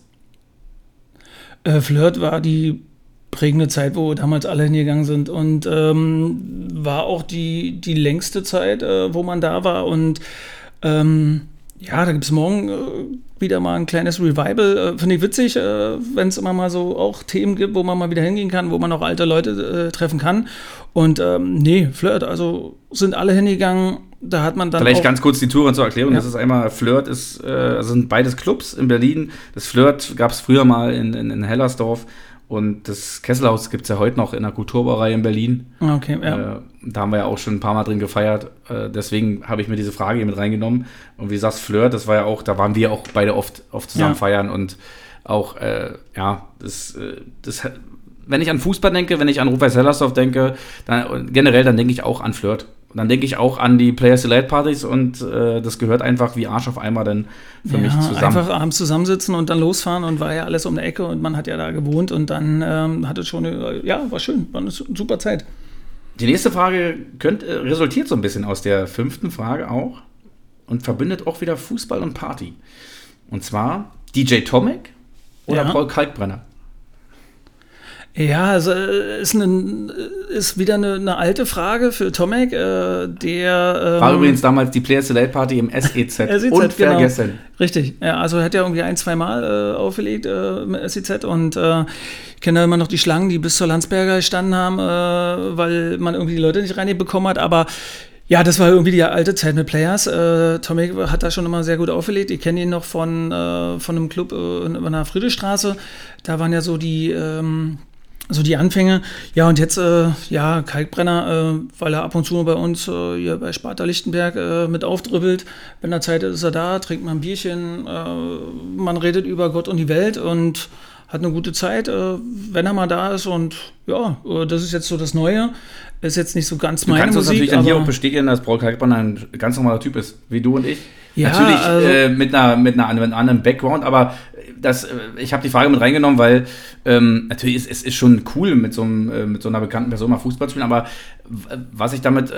Flirt war die prägende Zeit, wo damals alle hingegangen sind und war auch die längste Zeit, wo man da war und da gibt es morgen wieder mal ein kleines Revival, finde ich witzig, wenn es immer mal so auch Themen gibt, wo man mal wieder hingehen kann, wo man auch alte Leute treffen kann und Flirt, also sind alle hingegangen, da hat man dann vielleicht auch, ganz kurz die Touren zur Erklärung, ja. Das ist einmal, Flirt sind beides Clubs in Berlin, das Flirt gab es früher mal in Hellersdorf. Und das Kesselhaus gibt es ja heute noch in der Kulturbauerei in Berlin. Okay, ja. Da haben wir ja auch schon ein paar Mal drin gefeiert. Deswegen habe ich mir diese Frage hier mit reingenommen. Und wie du sagst, Flirt, das war ja auch, da waren wir auch beide oft zusammen feiern. Und auch, wenn ich an Fußball denke, wenn ich an Rot-Weiß Hellersdorf denke, dann denke ich auch an Flirt. Und dann denke ich auch an die Players Delight Partys und das gehört einfach wie Arsch auf Eimer dann für mich zusammen. Einfach abends zusammensitzen und dann losfahren und war ja alles um die Ecke und man hat ja da gewohnt und dann hat es schon, war schön, war eine super Zeit. Die nächste Frage resultiert so ein bisschen aus der 5. Frage auch und verbindet auch wieder Fußball und Party. Und zwar DJ Tomek oder Paul Kalkbrenner? Ja, also ist wieder eine alte Frage für Tomek, der war übrigens damals die Players Delight Party im SEZ. Unvergessen. Genau. Richtig, ja, also er hat ja irgendwie 1-2 Mal aufgelegt mit SEZ und ich kenne da immer noch die Schlangen, die bis zur Landsberger gestanden haben, weil man irgendwie die Leute nicht reinbekommen hat, aber ja, das war irgendwie die alte Zeit mit Players. Tomek hat da schon immer sehr gut aufgelegt. Ich kenne ihn noch von einem Club in der Friedrichstraße. Da waren ja so die Anfänge. Ja, und jetzt, Kalkbrenner, weil er ab und zu bei uns hier bei Sparta Lichtenberg mit aufdribbelt. Wenn er Zeit ist er da, trinkt man ein Bierchen, man redet über Gott und die Welt und hat eine gute Zeit, wenn er mal da ist. Und ja, das ist jetzt so das Neue. Ist jetzt nicht so ganz meine Musik. Du kannst uns natürlich dann hier auch bestätigen, dass Paul Kalkbrenner ein ganz normaler Typ ist, wie du und ich. Ja, natürlich also, mit einem anderen Background, aber ich habe die Frage mit reingenommen, weil natürlich es ist schon cool, mit so einer bekannten Person mal Fußball zu spielen, aber was ich damit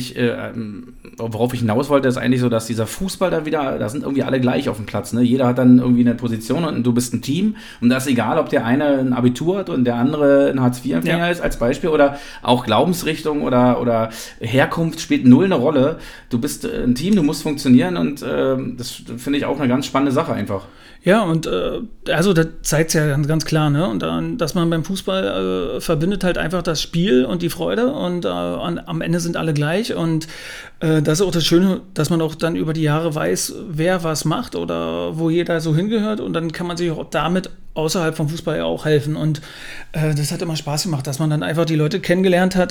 worauf ich hinaus wollte, ist eigentlich so, dass dieser Fußball da sind irgendwie alle gleich auf dem Platz. Ne? Jeder hat dann irgendwie eine Position und du bist ein Team und da ist egal, ob der eine ein Abitur hat und der andere ein Hartz-IV-Empfänger ist als Beispiel oder auch Glaubensrichtung oder Herkunft spielt null eine Rolle. Du bist ein Team, du musst funktionieren und das finde ich auch eine ganz spannende Sache einfach. Ja, und also das zeigt es ja ganz klar, ne? Und dann, dass man beim Fußball verbindet halt einfach das Spiel und die Freude und am Ende sind alle gleich und das ist auch das Schöne, dass man auch dann über die Jahre weiß, wer was macht oder wo jeder so hingehört und dann kann man sich auch damit außerhalb vom Fußball ja auch helfen und das hat immer Spaß gemacht, dass man dann einfach die Leute kennengelernt hat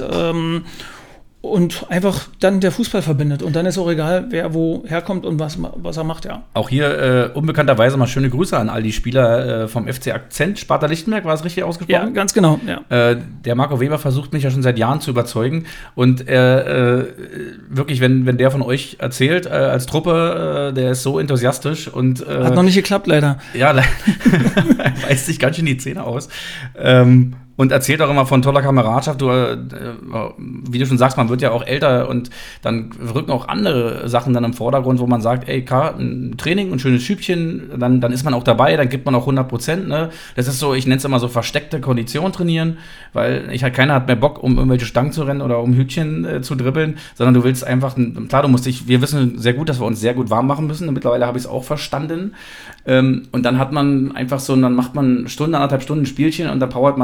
und einfach dann der Fußball verbindet. Und dann ist auch egal, wer wo herkommt und was er macht, ja. Auch hier unbekannterweise mal schöne Grüße an all die Spieler vom FC Akzent. Sparta Lichtenberg, war es richtig ausgesprochen? Ja, ganz genau. Ja. Der Marco Weber versucht mich ja schon seit Jahren zu überzeugen. Und wirklich, wenn der von euch erzählt, als Truppe, der ist so enthusiastisch. Und hat noch nicht geklappt, leider. Ja, beißt sich ganz schön die Zähne aus. Und erzählt auch immer von toller Kameradschaft. Wie du schon sagst, man wird ja auch älter und dann rücken auch andere Sachen dann im Vordergrund, wo man sagt, ey, ein Training, ein schönes Schübchen, dann ist man auch dabei, dann gibt man auch 100%. Ne? Das ist so, ich nenne es immer so versteckte Kondition trainieren, weil keiner hat mehr Bock, um irgendwelche Stangen zu rennen oder um Hütchen zu dribbeln, sondern du willst einfach, klar, wir wissen sehr gut, dass wir uns sehr gut warm machen müssen. Mittlerweile habe ich es auch verstanden. Und dann hat man einfach so, dann macht man 1,5 Stunden Spielchen und da powert man sich aus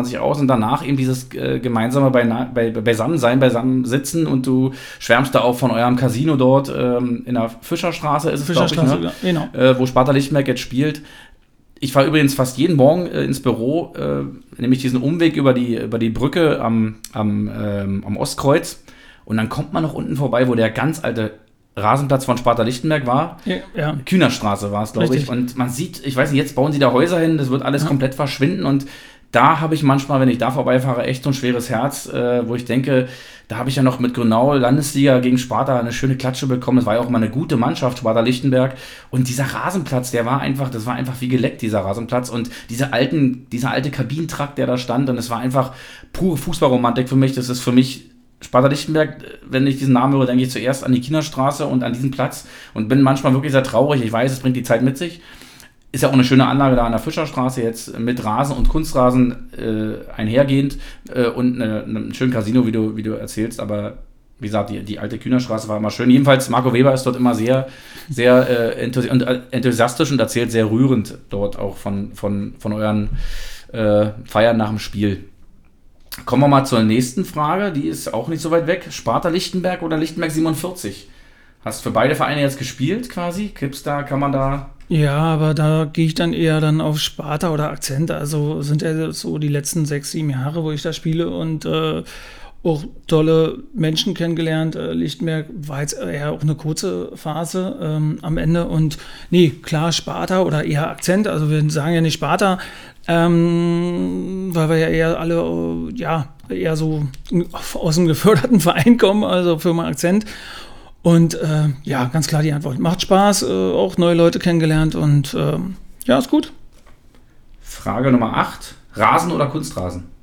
und danach eben dieses gemeinsame beisammen sitzen und du schwärmst da auch von eurem Casino dort in der Fischerstraße ist es, glaube ich, ne? Genau. Wo Sparta Lichtenberg jetzt spielt. Ich fahre übrigens fast jeden Morgen ins Büro, nämlich diesen Umweg über die Brücke am Ostkreuz und dann kommt man noch unten vorbei, wo der ganz alte Rasenplatz von Sparta Lichtenberg war. Ja. Kühnerstraße war es, glaube ich. Und man sieht, ich weiß nicht, jetzt bauen sie da Häuser hin, das wird alles komplett verschwinden und da habe ich manchmal, wenn ich da vorbeifahre, echt so ein schweres Herz, wo ich denke, da habe ich ja noch mit Grünau Landesliga gegen Sparta eine schöne Klatsche bekommen. Es war ja auch mal eine gute Mannschaft, Sparta Lichtenberg. Und dieser Rasenplatz, das war einfach wie geleckt, dieser Rasenplatz. Und dieser alte Kabinentrakt, der da stand, und es war einfach pure Fußballromantik für mich. Das ist für mich Sparta Lichtenberg, wenn ich diesen Namen höre, denke ich zuerst an die Kinderstraße und an diesen Platz und bin manchmal wirklich sehr traurig. Ich weiß, es bringt die Zeit mit sich. Ist ja auch eine schöne Anlage da an der Fischerstraße jetzt mit Rasen und Kunstrasen einhergehend und ein schönes Casino, wie du erzählst, aber wie gesagt, die alte Kühnerstraße war immer schön. Jedenfalls, Marco Weber ist dort immer sehr, sehr enthusiastisch und erzählt sehr rührend dort auch von euren Feiern nach dem Spiel. Kommen wir mal zur nächsten Frage, die ist auch nicht so weit weg. Sparta Lichtenberg oder Lichtenberg 47? Hast für beide Vereine jetzt gespielt quasi? Kann man da... Ja, aber da gehe ich dann eher auf Sparta oder Akzent. Also sind ja so die letzten 6, 7 Jahre, wo ich da spiele und auch tolle Menschen kennengelernt. Lichtenberg war jetzt eher auch eine kurze Phase am Ende. Und nee, klar Sparta oder eher Akzent. Also wir sagen ja nicht Sparta, weil wir ja eher alle eher so aus einem geförderten Verein kommen, also Firma Akzent. Und ganz klar die Antwort. Macht Spaß, auch neue Leute kennengelernt und ist gut. Frage Nummer 8. Rasen oder Kunstrasen?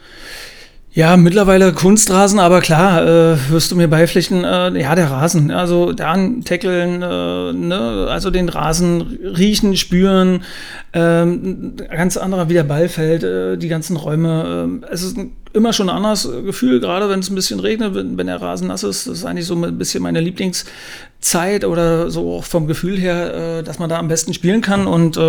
Ja, mittlerweile Kunstrasen, aber klar, wirst du mir beipflichten, der Rasen. Also dann tackeln, also den Rasen riechen, spüren, ganz anderer, wie der Ball fällt, die ganzen Räume. Es ist immer schon ein anderes Gefühl, gerade wenn es ein bisschen regnet, wenn der Rasen nass ist. Das ist eigentlich so ein bisschen meine Lieblingszeit oder so auch vom Gefühl her, dass man da am besten spielen kann. Und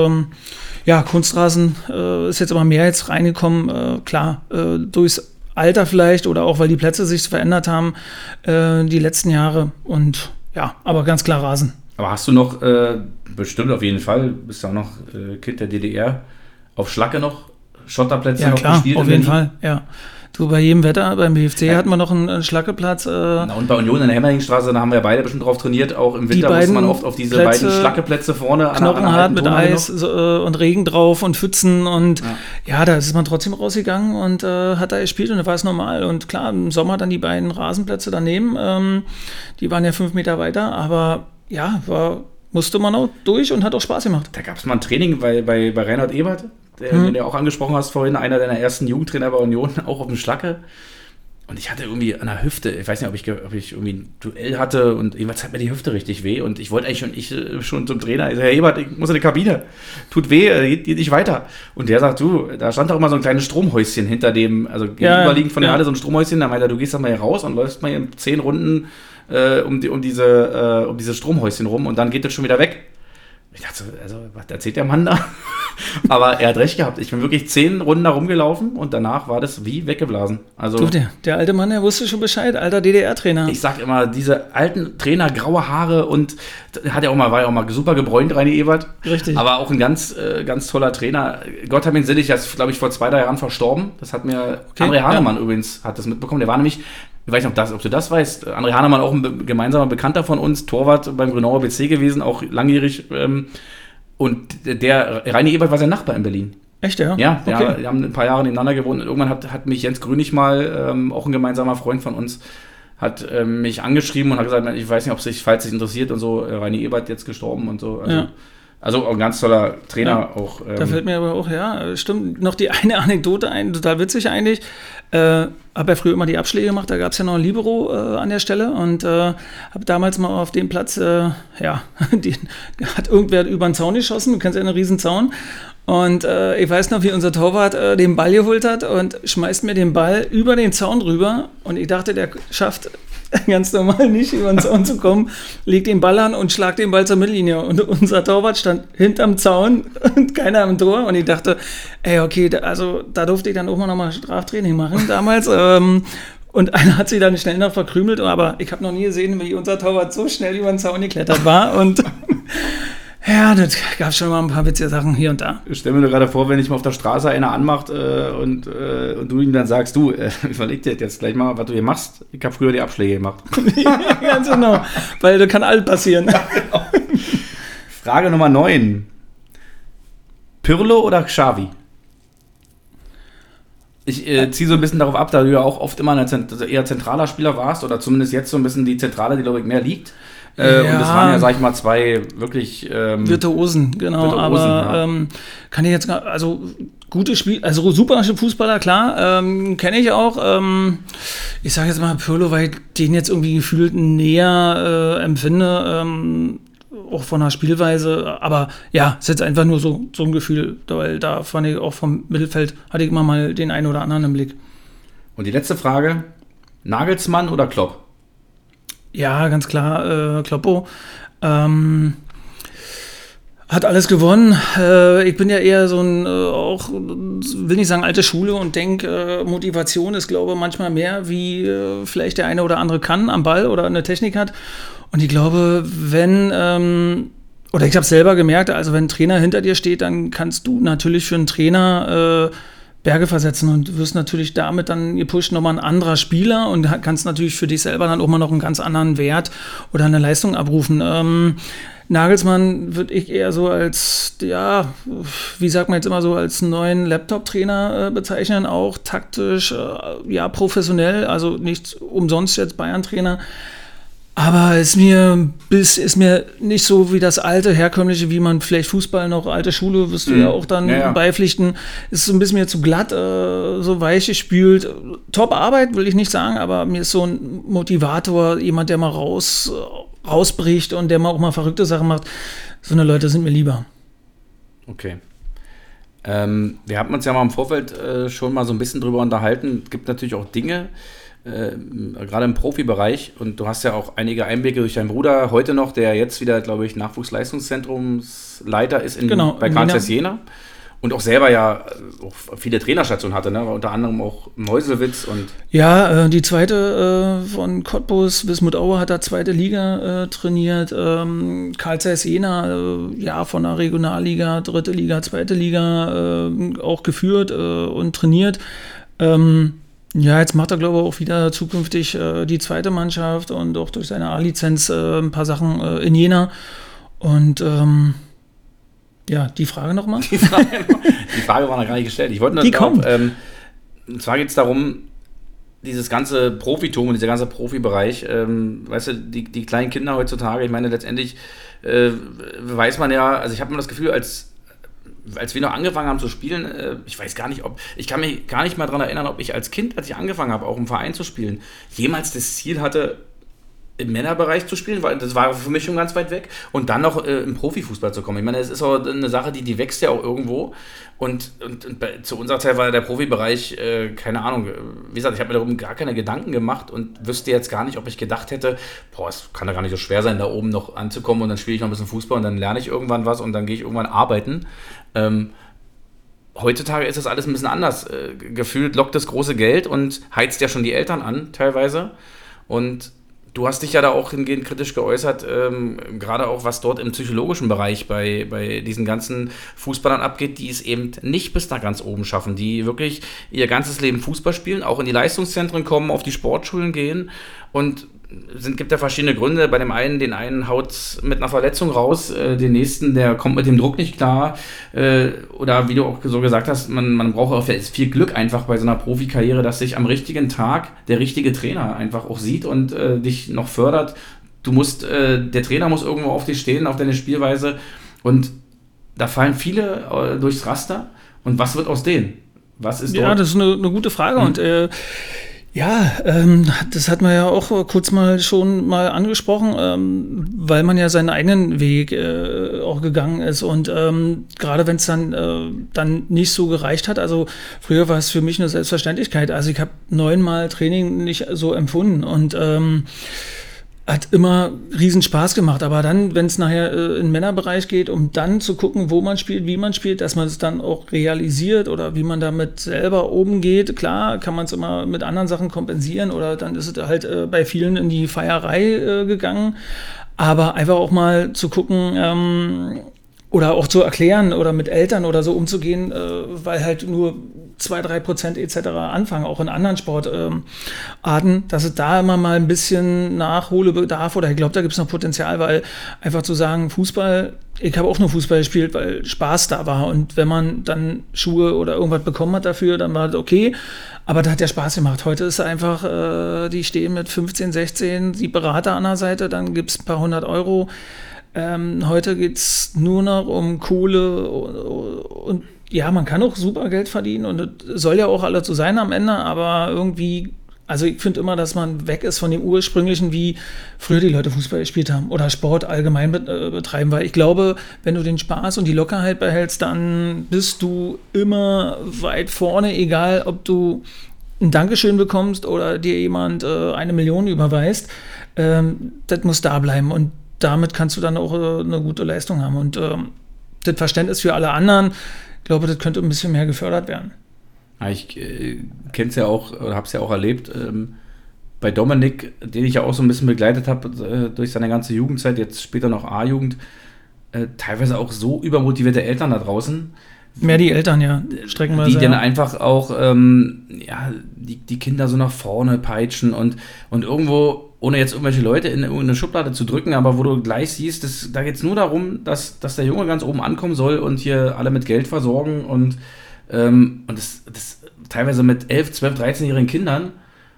Kunstrasen ist jetzt aber mehr jetzt reingekommen, durchs Alter vielleicht oder auch, weil die Plätze sich verändert haben die letzten Jahre und aber ganz klar Rasen. Aber hast du noch, bestimmt auf jeden Fall, bist ja auch noch Kind der DDR, auf Schlacke noch Schotterplätze noch gespielt? Ja, auf jeden Fall, ja. Du, bei jedem Wetter, beim BFC hatten wir noch einen Schlackeplatz. Und bei Union in der Hemmerlingstraße, da haben wir beide bestimmt drauf trainiert, auch im Winter muss man oft auf diese Plätze, beiden Schlackeplätze vorne knochenhart mit Eis und Regen drauf und Pfützen und da ist man trotzdem rausgegangen und hat da gespielt und da war es normal. Und klar, im Sommer dann die beiden Rasenplätze daneben, die waren ja 5 Meter weiter, aber musste man auch durch und hat auch Spaß gemacht. Da gab es mal ein Training bei Reinhard Ebert, den du auch angesprochen hast vorhin, einer deiner ersten Jugendtrainer bei Union, auch auf dem Schlacke. Und ich hatte irgendwie an der Hüfte, ich weiß nicht, ob ich irgendwie ein Duell hatte und irgendwann hat mir die Hüfte richtig weh und ich wollte eigentlich schon zum Trainer, ich sage, Herr Ebert, ich muss in die Kabine, tut weh, geht nicht weiter. Und der sagt, du, da stand doch immer so ein kleines Stromhäuschen hinter dem, also gegenüberliegend von der Halle so ein Stromhäuschen, da meinte er, du gehst da mal hier raus und läufst mal hier 10 Runden um dieses Stromhäuschen rum und dann geht das schon wieder weg. Ich dachte so, also, was erzählt der Mann da? Aber er hat recht gehabt. Ich bin wirklich 10 Runden da rumgelaufen und danach war das wie weggeblasen. Also, der alte Mann, der wusste schon Bescheid, alter DDR-Trainer. Ich sag immer, diese alten Trainer, graue Haare und war ja auch mal super gebräunt, Reini Ebert. Richtig. Aber auch ein ganz, ganz toller Trainer. Gott hab ihn selig, er ist, glaube ich, vor 2, 3 Jahren verstorben. Das hat mir André Hahnemann übrigens hat das mitbekommen. Der war nämlich, ich weiß nicht, ob du das weißt, André Hahnemann, auch ein gemeinsamer Bekannter von uns, Torwart beim Grünauer BC gewesen, auch langjährig. Und der Reini Ebert war sein Nachbar in Berlin. Echt, ja? Ja, okay. Die haben ein paar Jahre nebeneinander gewohnt. Und irgendwann hat mich Jens Grünig mal, auch ein gemeinsamer Freund von uns, hat mich angeschrieben und hat gesagt, ich weiß nicht, falls sich interessiert und so, Reini Ebert jetzt gestorben und so. Also auch ein ganz toller Trainer. Auch, da fällt mir aber auch, stimmt, noch die eine Anekdote ein, total witzig eigentlich. Habe ja früher immer die Abschläge gemacht, da gab es ja noch ein Libero an der Stelle und habe damals mal auf dem Platz, hat irgendwer über den Zaun geschossen, du kennst ja einen riesen Zaun. Und ich weiß noch, wie unser Torwart den Ball geholt hat und schmeißt mir den Ball über den Zaun rüber und ich dachte, der schafft ganz normal nicht über den Zaun zu kommen, leg den Ball an und schlag den Ball zur Mittellinie. Und unser Torwart stand hinterm Zaun und keiner am Tor. Und ich dachte, okay, da durfte ich dann auch mal nochmal Straftraining machen damals. Und einer hat sich dann schnell noch verkrümelt, aber ich habe noch nie gesehen, wie unser Torwart so schnell über den Zaun geklettert war. Und ja, das gab schon mal ein paar witzige Sachen hier und da. Ich stelle mir nur gerade vor, wenn ich mal auf der Straße einer anmacht und du ihm dann sagst, du, überleg dir jetzt gleich mal, was du hier machst. Ich habe früher die Abschläge gemacht. Ja, ganz genau, weil das kann alles passieren. Ja, genau. Frage Nummer 9. Pirlo oder Xavi? Ich ziehe so ein bisschen darauf ab, da du ja auch oft immer eher zentraler Spieler warst oder zumindest jetzt so ein bisschen die Zentrale, die glaube ich mehr liegt. Und das waren ja, sag ich mal, zwei wirklich Virtuosen, genau. Virtuosen, aber ja. Kann ich jetzt, also gute Spiel, also super Fußballer, klar, kenne ich auch. Ich sage jetzt mal Pirlo, weil ich den jetzt irgendwie gefühlt näher empfinde, auch von der Spielweise. Aber ja, ist jetzt einfach nur so ein Gefühl, weil da fand ich auch vom Mittelfeld, hatte ich immer mal den einen oder anderen im Blick. Und die letzte Frage, Nagelsmann oder Klopp? Ja, ganz klar, Kloppo. Hat alles gewonnen. Ich bin ja eher so ein, auch, will nicht sagen alte Schule und denke, Motivation ist, glaube ich, manchmal mehr, wie vielleicht der eine oder andere kann am Ball oder eine Technik hat. Und ich glaube, oder ich habe es selber gemerkt, also wenn ein Trainer hinter dir steht, dann kannst du natürlich für einen Trainer Berge versetzen und wirst natürlich damit dann gepusht nochmal ein anderer Spieler und kannst natürlich für dich selber dann auch mal noch einen ganz anderen Wert oder eine Leistung abrufen. Nagelsmann würde ich eher so als, ja, wie sagt man jetzt immer so, als neuen Laptop-Trainer bezeichnen, auch taktisch, ja, professionell, also nicht umsonst jetzt Bayern-Trainer. Aber ist mir nicht so wie das alte, herkömmliche, wie man vielleicht Fußball noch, alte Schule, wirst du ja auch dann beipflichten, ist so ein bisschen mir zu glatt, so weich gespült. Top Arbeit, will ich nicht sagen, aber mir ist so ein Motivator, jemand, der mal rausbricht und der mal auch mal verrückte Sachen macht. So eine Leute sind mir lieber. Okay. Wir haben uns ja mal im Vorfeld schon mal so ein bisschen drüber unterhalten. Es gibt natürlich auch Dinge, gerade im Profibereich, und du hast ja auch einige Einblicke durch deinen Bruder heute noch, der jetzt wieder, glaube ich, Nachwuchsleistungszentrumsleiter ist bei KCS Jena und auch selber ja auch viele Trainerstationen hatte, ne? Unter anderem auch Meuselwitz und... Ja, die zweite von Cottbus, Wismut Aue hat da zweite Liga trainiert, KCS Jena, ja, von der Regionalliga, dritte Liga, zweite Liga auch geführt und trainiert. Ja, jetzt macht er, glaube ich, auch wieder zukünftig die zweite Mannschaft und auch durch seine A-Lizenz ein paar Sachen in Jena. Und ja, die Frage nochmal? Die Frage war noch gar nicht gestellt. Ich wollte nur kommt. Und zwar geht es darum, dieses ganze Profitum und dieser ganze Profibereich, weißt du, die kleinen Kinder heutzutage, ich meine, letztendlich weiß man ja, also ich habe immer das Gefühl, als wir noch angefangen haben zu spielen, ich weiß gar nicht, ich kann mich gar nicht mal daran erinnern, ob ich als Kind, als ich angefangen habe, auch im Verein zu spielen, jemals das Ziel hatte, im Männerbereich zu spielen, weil das war für mich schon ganz weit weg, und dann noch im Profifußball zu kommen. Ich meine, es ist auch eine Sache, die wächst ja auch irgendwo, und zu unserer Zeit war der Profibereich, keine Ahnung, wie gesagt, ich habe mir darum gar keine Gedanken gemacht und wüsste jetzt gar nicht, ob ich gedacht hätte, es kann ja gar nicht so schwer sein, da oben noch anzukommen, und dann spiele ich noch ein bisschen Fußball und dann lerne ich irgendwann was und dann gehe ich irgendwann arbeiten. Heutzutage ist das alles ein bisschen anders. Gefühlt lockt das große Geld und heizt ja schon die Eltern an, teilweise. Und du hast dich ja da auch hingehend kritisch geäußert, gerade auch was dort im psychologischen Bereich bei diesen ganzen Fußballern abgeht, die es eben nicht bis nach ganz oben schaffen, die wirklich ihr ganzes Leben Fußball spielen, auch in die Leistungszentren kommen, auf die Sportschulen gehen, und gibt ja verschiedene Gründe. Bei dem einen, den einen haut mit einer Verletzung raus, den nächsten, der kommt mit dem Druck nicht klar, oder wie du auch so gesagt hast, man braucht auch viel Glück einfach bei so einer Profikarriere, dass sich am richtigen Tag der richtige Trainer einfach auch sieht und dich noch fördert. Der Trainer muss irgendwo auf dich stehen, auf deine Spielweise, und da fallen viele durchs Raster, und was wird aus denen? Was ist dort? Ja, das ist eine gute Frage, und Ja, das hat man ja auch kurz mal schon mal angesprochen, weil man ja seinen eigenen Weg auch gegangen ist und gerade wenn es dann nicht so gereicht hat, also früher war es für mich eine Selbstverständlichkeit, also ich habe 9-mal Training nicht so empfunden und hat immer riesen Spaß gemacht, aber dann, wenn es nachher in den Männerbereich geht, um dann zu gucken, wo man spielt, wie man spielt, dass man es dann auch realisiert oder wie man damit selber oben geht. Klar, kann man es immer mit anderen Sachen kompensieren oder dann ist es halt bei vielen in die Feierei gegangen. Aber einfach auch mal zu gucken oder auch zu erklären oder mit Eltern oder so umzugehen, weil halt nur 2-3% etc. anfangen, auch in anderen Sportarten, dass es da immer mal ein bisschen Nachholbedarf oder ich glaube, da gibt es noch Potenzial, weil einfach zu sagen, Fußball, ich habe auch nur Fußball gespielt, weil Spaß da war und wenn man dann Schuhe oder irgendwas bekommen hat dafür, dann war das okay, aber da hat der Spaß gemacht. Heute ist einfach, die stehen mit 15, 16, die Berater an der Seite, dann gibt es ein paar 100 Euro. Heute geht es nur noch um Kohle und ja, man kann auch super Geld verdienen und das soll ja auch alles so sein am Ende, aber irgendwie, also ich finde immer, dass man weg ist von dem ursprünglichen, wie früher die Leute Fußball gespielt haben oder Sport allgemein betreiben, weil ich glaube, wenn du den Spaß und die Lockerheit behältst, dann bist du immer weit vorne, egal ob du ein Dankeschön bekommst oder dir jemand 1 Million überweist, das muss da bleiben und damit kannst du dann auch eine gute Leistung haben und das Verständnis für alle anderen, ich glaube, das könnte ein bisschen mehr gefördert werden. Ja, ich kenne es ja auch, oder habe es ja auch erlebt, bei Dominik, den ich ja auch so ein bisschen begleitet habe durch seine ganze Jugendzeit, jetzt später noch A-Jugend, teilweise auch so übermotivierte Eltern da draußen. Mehr die Eltern, ja, streckenweise. Die dann einfach auch die Kinder so nach vorne peitschen und irgendwo, ohne jetzt irgendwelche Leute in irgendeine Schublade zu drücken, aber wo du gleich siehst, da geht es nur darum, dass der Junge ganz oben ankommen soll und hier alle mit Geld versorgen und das teilweise mit 11, 12, 13-jährigen Kindern,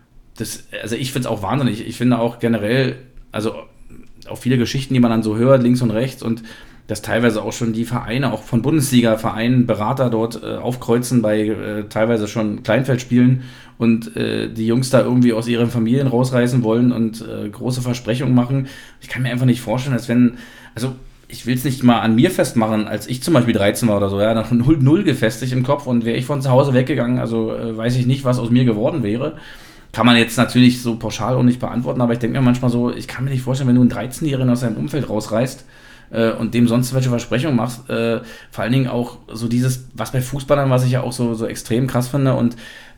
also ich finde es auch wahnsinnig. Ich finde auch generell, also auch viele Geschichten, die man dann so hört, links und rechts und dass teilweise auch schon die Vereine, auch von Bundesliga-Vereinen, Berater dort aufkreuzen bei teilweise schon Kleinfeldspielen und die Jungs da irgendwie aus ihren Familien rausreißen wollen und große Versprechungen machen. Ich kann mir einfach nicht vorstellen, dass also ich will es nicht mal an mir festmachen, als ich zum Beispiel 13 war oder so, ja, nach 0 gefestigt im Kopf und wäre ich von zu Hause weggegangen, also weiß ich nicht, was aus mir geworden wäre. Kann man jetzt natürlich so pauschal auch nicht beantworten, aber ich denke mir manchmal so, ich kann mir nicht vorstellen, wenn du einen 13-Jährigen aus seinem Umfeld rausreißt, und dem sonst welche Versprechungen machst, vor allen Dingen auch so dieses, was bei Fußballern, was ich ja auch so extrem krass finde und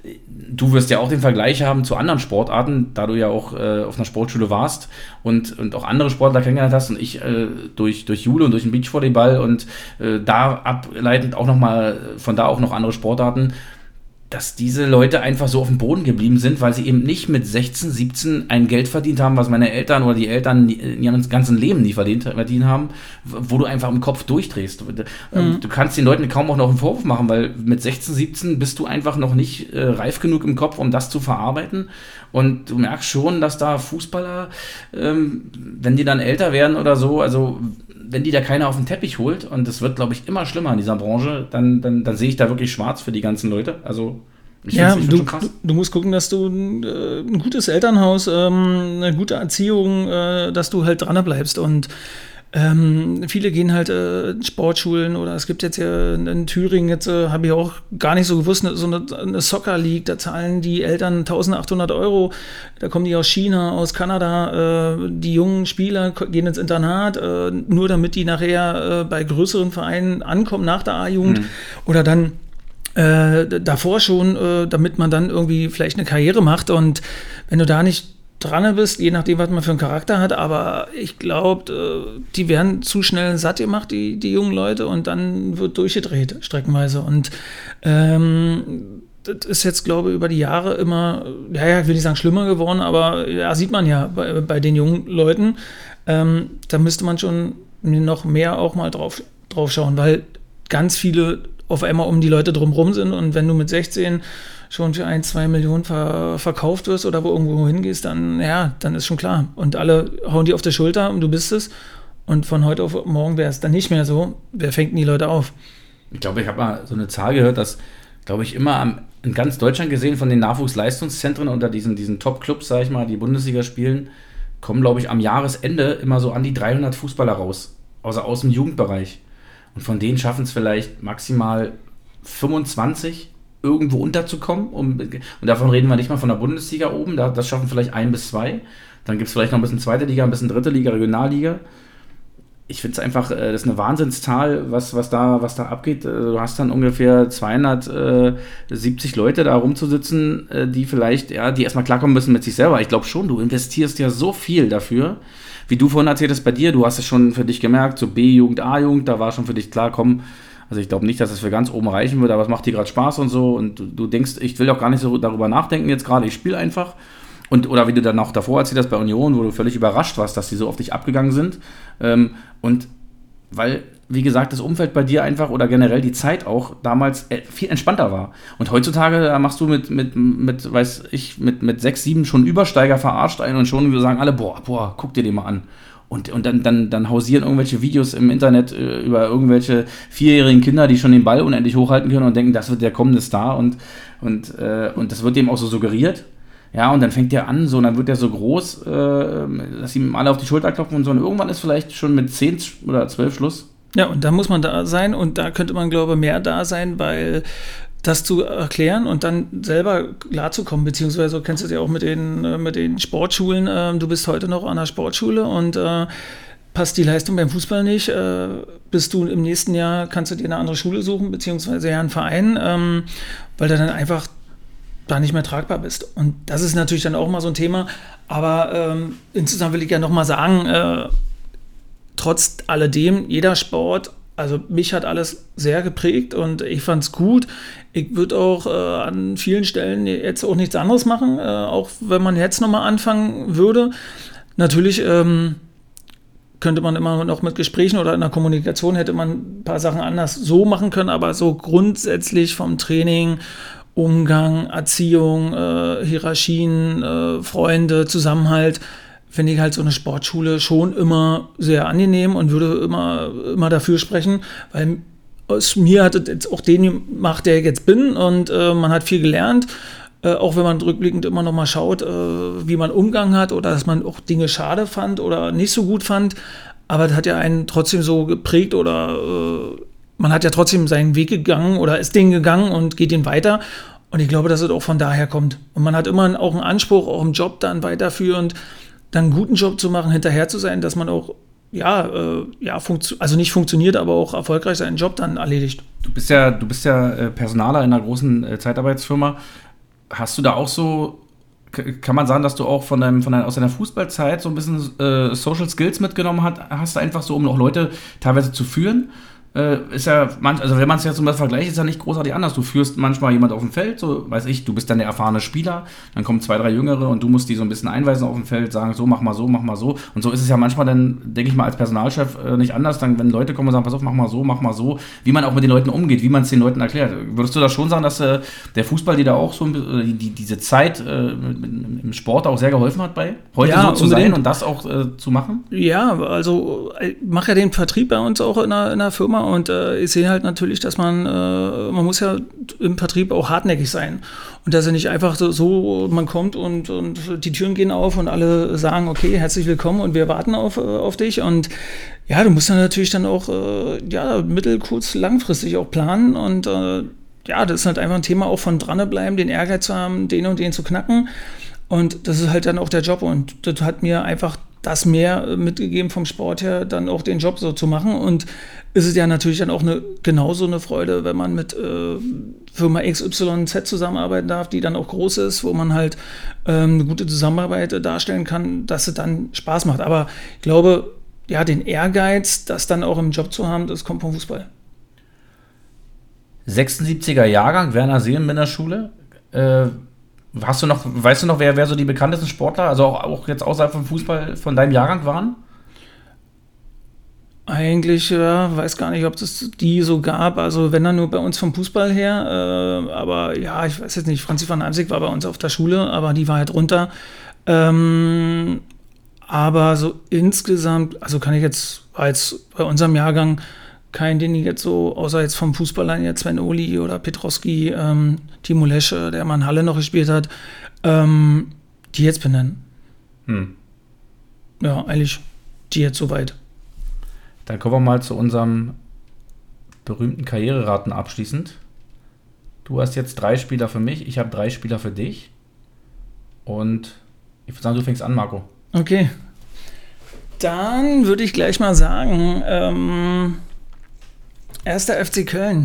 du wirst ja auch den Vergleich haben zu anderen Sportarten, da du ja auch auf einer Sportschule warst und auch andere Sportler kennengelernt hast und ich durch Judo und durch den Beachvolleyball und da ableitend auch nochmal, von da auch noch andere Sportarten, dass diese Leute einfach so auf dem Boden geblieben sind, weil sie eben nicht mit 16, 17 ein Geld verdient haben, was meine Eltern oder die Eltern in ihrem ganzen Leben nie verdient haben, wo du einfach im Kopf durchdrehst. Du kannst den Leuten kaum auch noch einen Vorwurf machen, weil mit 16, 17 bist du einfach noch nicht reif genug im Kopf, um das zu verarbeiten. Und du merkst schon, dass da Fußballer, wenn die dann älter werden oder so, also wenn die da keiner auf den Teppich holt, und das wird, glaube ich, immer schlimmer in dieser Branche, dann sehe ich da wirklich schwarz für die ganzen Leute. Also ich finde schon krass. Du musst gucken, dass du ein gutes Elternhaus, eine gute Erziehung, dass du halt dran bleibst und viele gehen halt in Sportschulen oder es gibt jetzt ja in Thüringen, jetzt habe ich auch gar nicht so gewusst, so eine Soccer League, da zahlen die Eltern 1800 Euro, da kommen die aus China, aus Kanada, die jungen Spieler gehen ins Internat, nur damit die nachher bei größeren Vereinen ankommen nach der A-Jugend oder dann davor schon, damit man dann irgendwie vielleicht eine Karriere macht und wenn du da nicht dran bist, je nachdem, was man für einen Charakter hat, aber ich glaube, die werden zu schnell satt gemacht, die jungen Leute, und dann wird durchgedreht, streckenweise. Und das ist jetzt, glaube ich, über die Jahre immer, ich will nicht sagen schlimmer geworden, aber ja, sieht man ja bei den jungen Leuten. Da müsste man schon noch mehr auch mal drauf schauen, weil ganz viele auf einmal um die Leute drumherum sind und wenn du mit 16 schon für 1-2 Millionen verkauft wirst oder wo irgendwo hingehst, dann ist schon klar. Und alle hauen die auf die Schulter und du bist es. Und von heute auf morgen wäre es dann nicht mehr so. Wer fängt denn die Leute auf? Ich glaube, ich habe mal so eine Zahl gehört, dass, glaube ich, immer am in ganz Deutschland gesehen, von den Nachwuchsleistungszentren unter diesen Top-Clubs, sag ich mal, die Bundesliga spielen, kommen, glaube ich, am Jahresende immer so an die 300 Fußballer raus. Also aus dem Jugendbereich. Und von denen schaffen es vielleicht maximal 25 irgendwo unterzukommen. Und davon reden wir nicht mal von der Bundesliga oben. Das schaffen vielleicht 1 bis 2. Dann gibt es vielleicht noch ein bisschen zweite Liga, ein bisschen dritte Liga, Regionalliga. Ich finde es einfach, das ist eine Wahnsinnszahl, was da abgeht. Du hast dann ungefähr 270 Leute da rumzusitzen, die vielleicht, die erstmal klarkommen müssen mit sich selber. Ich glaube schon, du investierst ja so viel dafür. Wie du vorhin erzählt hast bei dir, du hast es schon für dich gemerkt, so B-Jugend, A-Jugend, da war schon für dich klar, komm, also ich glaube nicht, dass es für ganz oben reichen wird, aber es macht dir gerade Spaß und so und du denkst, ich will auch gar nicht so darüber nachdenken jetzt gerade, ich spiele einfach. Oder wie du dann auch davor erzählt hast bei Union, wo du völlig überrascht warst, dass die so auf dich abgegangen sind. Und weil, wie gesagt, das Umfeld bei dir einfach oder generell die Zeit auch damals viel entspannter war. Und heutzutage, da machst du mit 6, 7 schon Übersteiger verarscht ein und schon wir sagen alle, boah, guck dir den mal an. Und dann hausieren irgendwelche Videos im Internet über irgendwelche 4-jährigen Kinder, die schon den Ball unendlich hochhalten können und denken, das wird der kommende Star und das wird dem auch so suggeriert. Ja, und dann fängt der an, so, und dann wird der so groß, dass ihm alle auf die Schulter klopfen und so. Und irgendwann ist vielleicht schon mit 10 oder 12 Schluss. Ja, und da muss man da sein und da könnte man, glaube ich, mehr da sein, weil das zu erklären und dann selber klarzukommen, beziehungsweise du kennst es ja auch mit den Sportschulen. Du bist heute noch an der Sportschule und passt die Leistung beim Fußball nicht, bist du im nächsten Jahr, kannst du dir eine andere Schule suchen, beziehungsweise ja einen Verein, weil du dann einfach da nicht mehr tragbar bist. Und das ist natürlich dann auch mal so ein Thema. Aber insgesamt will ich ja nochmal sagen, trotz alledem, jeder Sport, also mich hat alles sehr geprägt und ich fand es gut. Ich würde auch an vielen Stellen jetzt auch nichts anderes machen, auch wenn man jetzt nochmal anfangen würde. Natürlich könnte man immer noch mit Gesprächen oder in der Kommunikation hätte man ein paar Sachen anders so machen können, aber so grundsätzlich vom Training, Umgang, Erziehung, Hierarchien, Freunde, Zusammenhalt, finde ich halt so eine Sportschule schon immer sehr angenehm und würde immer dafür sprechen, weil aus mir hat es jetzt auch den gemacht, der ich jetzt bin und man hat viel gelernt, auch wenn man rückblickend immer noch mal schaut, wie man Umgang hat oder dass man auch Dinge schade fand oder nicht so gut fand, aber das hat ja einen trotzdem so geprägt oder man hat ja trotzdem seinen Weg gegangen oder ist den gegangen und geht den weiter. Und ich glaube, dass es auch von daher kommt. Und man hat immer auch einen Anspruch, auch im Job dann weiterführend, dann einen guten Job zu machen, hinterher zu sein, dass man auch, also nicht funktioniert, aber auch erfolgreich seinen Job dann erledigt. Du bist ja Personaler in einer großen Zeitarbeitsfirma. Hast du da auch so, kann man sagen, dass du auch aus deiner Fußballzeit so ein bisschen Social Skills mitgenommen hast, einfach so, um auch Leute teilweise zu führen? Ist ja also wenn man es ja zum Beispiel vergleicht, ist ja nicht großartig anders. Du führst manchmal jemand auf dem Feld, so weiß ich, du bist dann der erfahrene Spieler, dann kommen 2, 3 Jüngere und du musst die so ein bisschen einweisen auf dem Feld, sagen, so, mach mal so, mach mal so. Und so ist es ja manchmal dann, denke ich mal, als Personalchef nicht anders, dann, wenn Leute kommen und sagen, pass auf, mach mal so, wie man auch mit den Leuten umgeht, wie man es den Leuten erklärt. Würdest du da schon sagen, dass der Fußball dir da auch so diese Zeit im Sport auch sehr geholfen hat bei heute so zu sein und das auch zu machen? Ja, also ich mache ja den Vertrieb bei uns auch in einer Firma und ich sehe halt natürlich, dass man muss ja im Vertrieb auch hartnäckig sein und dass er nicht einfach so man kommt und die Türen gehen auf und alle sagen, okay, herzlich willkommen und wir warten auf dich und ja, du musst dann natürlich dann auch mittel-, kurz-, langfristig auch planen und das ist halt einfach ein Thema auch von dranbleiben, den Ehrgeiz zu haben, den und den zu knacken und das ist halt dann auch der Job und das hat mir einfach das mehr mitgegeben vom Sport her, dann auch den Job so zu machen. Und ist es ja natürlich dann auch genauso eine Freude, wenn man mit Firma XYZ zusammenarbeiten darf, die dann auch groß ist, wo man halt eine gute Zusammenarbeit darstellen kann, dass es dann Spaß macht. Aber ich glaube, ja, den Ehrgeiz, das dann auch im Job zu haben, das kommt vom Fußball. 76er Jahrgang, Werner Seelenbinder Schule. Weißt du noch, wer so die bekanntesten Sportler, also auch jetzt außerhalb vom Fußball von deinem Jahrgang waren? Eigentlich, weiß gar nicht, ob es die so gab, also wenn dann nur bei uns vom Fußball her, aber ja, ich weiß jetzt nicht, Franzi van Almsick war bei uns auf der Schule, aber die war halt runter. Aber so insgesamt, also kann ich jetzt bei unserem Jahrgang keinen, den ich jetzt so, außer jetzt vom Fußballern jetzt Sven Oli oder Petrowski, Timo Lesche, der mal in Halle noch gespielt hat, die jetzt benennen. Ja, eigentlich die jetzt soweit. Dann kommen wir mal zu unserem berühmten Karriereraten abschließend. Du hast jetzt 3 Spieler für mich, ich habe 3 Spieler für dich. Und ich würde sagen, du fängst an, Marco. Okay. Dann würde ich gleich mal sagen, 1. FC Köln.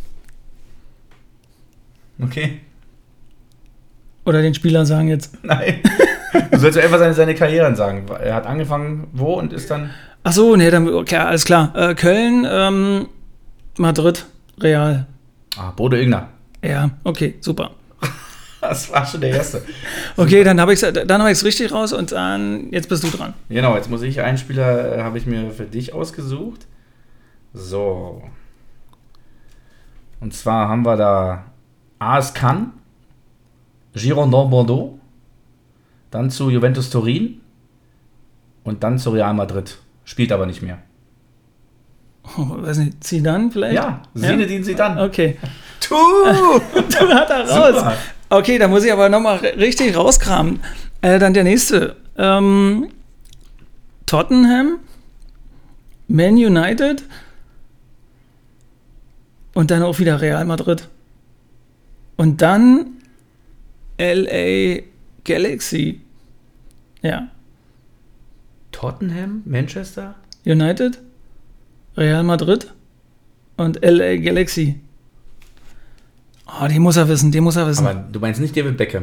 Okay. Oder den Spieler sagen jetzt. Nein. Du sollst einfach seine Karriere sagen. Er hat angefangen wo und ist dann... Ach so, nee, dann, okay, alles klar. Köln, Madrid, Real. Bodo Illner. Ja, okay, super. Das war schon der erste. Okay, dann habe ich es richtig raus und dann, jetzt bist du dran. Genau, jetzt muss ich einen Spieler, habe ich mir für dich ausgesucht. So. Und zwar haben wir da AS Cannes, Girondins Bordeaux, dann zu Juventus Turin und dann zu Real Madrid. Spielt aber nicht mehr. Oh, weiß nicht, Zidane vielleicht? Ja, Zinedine Zidane. Okay. Du hat er raus. Super. Okay, da muss ich aber nochmal richtig rauskramen. Dann der nächste. Tottenham, Man United und dann auch wieder Real Madrid. Und dann LA Galaxy. Ja. Tottenham, Manchester? United, Real Madrid und LA Galaxy. Oh, den muss er wissen. Aber du meinst nicht David Beckham?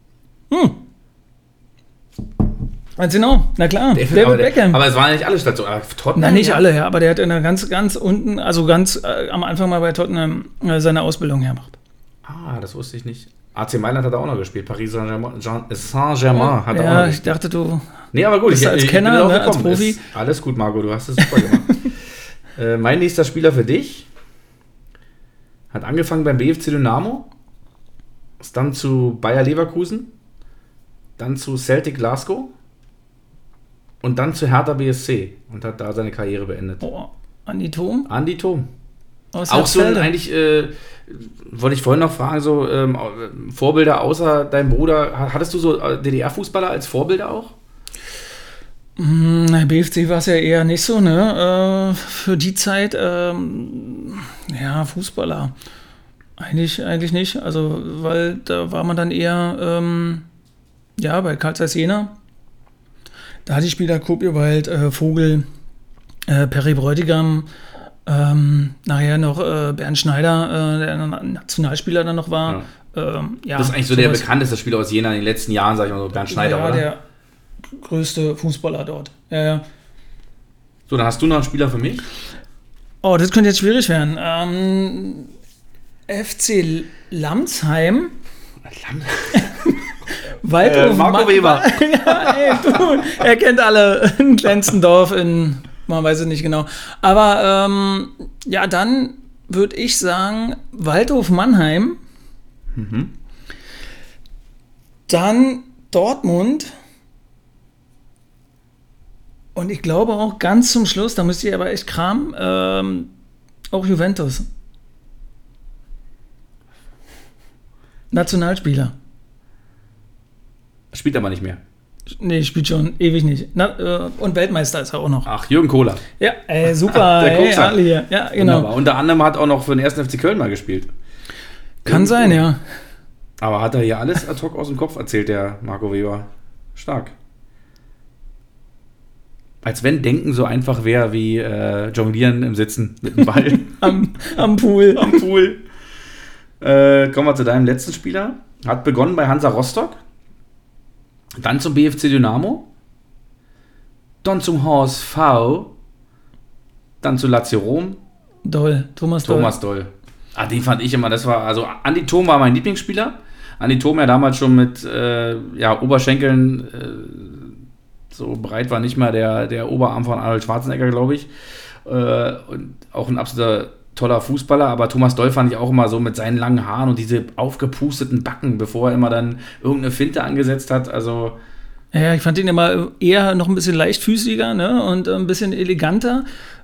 Meinst du genau? Na klar, David Beckham. Aber es waren nicht alle Stationen. Tottenham, na, nicht alle, ja, aber der hat in der ganz unten, also ganz am Anfang mal bei Tottenham seine Ausbildung gemacht. Das wusste ich nicht. AC Mailand hat er auch noch gespielt. Paris Saint-Germain hat er auch noch gespielt. Ich dachte, du... Nee, aber gut. Ich als Kenner, ne, als Profi. Alles gut, Marco, du hast es super gemacht. Mein nächster Spieler für dich hat angefangen beim BFC Dynamo, ist dann zu Bayer Leverkusen, dann zu Celtic Glasgow und dann zu Hertha BSC und hat da seine Karriere beendet. Oh, Andi Thom? Andi Thom. Auch so eigentlich, wollte ich vorhin noch fragen, so Vorbilder außer deinem Bruder, hattest du so DDR-Fußballer als Vorbilder auch? BFC war es ja eher nicht so, ne? Für die Zeit, ja, Fußballer. Eigentlich nicht. Also, weil da war man dann eher, bei Carl Zeiss Jena. Da hatte ich Spieler Kopiowald, Vogel, Perry Bräutigam, nachher noch Bernd Schneider, der Nationalspieler dann noch war. Das ist eigentlich so der bekannteste Spieler aus Jena in den letzten Jahren, sag ich mal so, Bernd Schneider, oder? Der größte Fußballer dort. Ja. So, dann hast du noch einen Spieler für mich? Oh, das könnte jetzt schwierig werden. FC Lamsheim. Marco Weber. Er kennt alle in Glenzendorf, man weiß es nicht genau. Aber dann würde ich sagen, Waldhof Mannheim. Dann Dortmund. Und ich glaube auch ganz zum Schluss, da müsst ihr aber echt kramen, auch Juventus. Nationalspieler. Spielt aber nicht mehr. Nee, spielt schon ewig nicht. Und Weltmeister ist er auch noch. Ach, Jürgen Kohler. Ja, super. Der Guckser. Ja, genau. Wunderbar. Unter anderem hat auch noch für den 1. FC Köln mal gespielt. Kann sein, ja. Aber hat er hier alles ad hoc aus dem Kopf erzählt, der Marco Weber. Stark. Als wenn Denken so einfach wäre wie Jonglieren im Sitzen mit dem Ball. am Pool. Am Pool. Kommen wir zu deinem letzten Spieler. Hat begonnen bei Hansa Rostock. Dann zum BFC Dynamo. Dann zum HSV. Dann zu Lazio Rom. Thomas Doll. Den fand ich immer, Andi Thom war mein Lieblingsspieler. Andi Thom ja damals schon mit Oberschenkeln so breit war nicht mal der Oberarm von Arnold Schwarzenegger, glaube ich. Und auch ein absoluter toller Fußballer, aber Thomas Doll fand ich auch immer so mit seinen langen Haaren und diese aufgepusteten Backen, bevor er immer dann irgendeine Finte angesetzt hat, also... Ja, ich fand ihn immer eher noch ein bisschen leichtfüßiger, ne, und ein bisschen eleganter,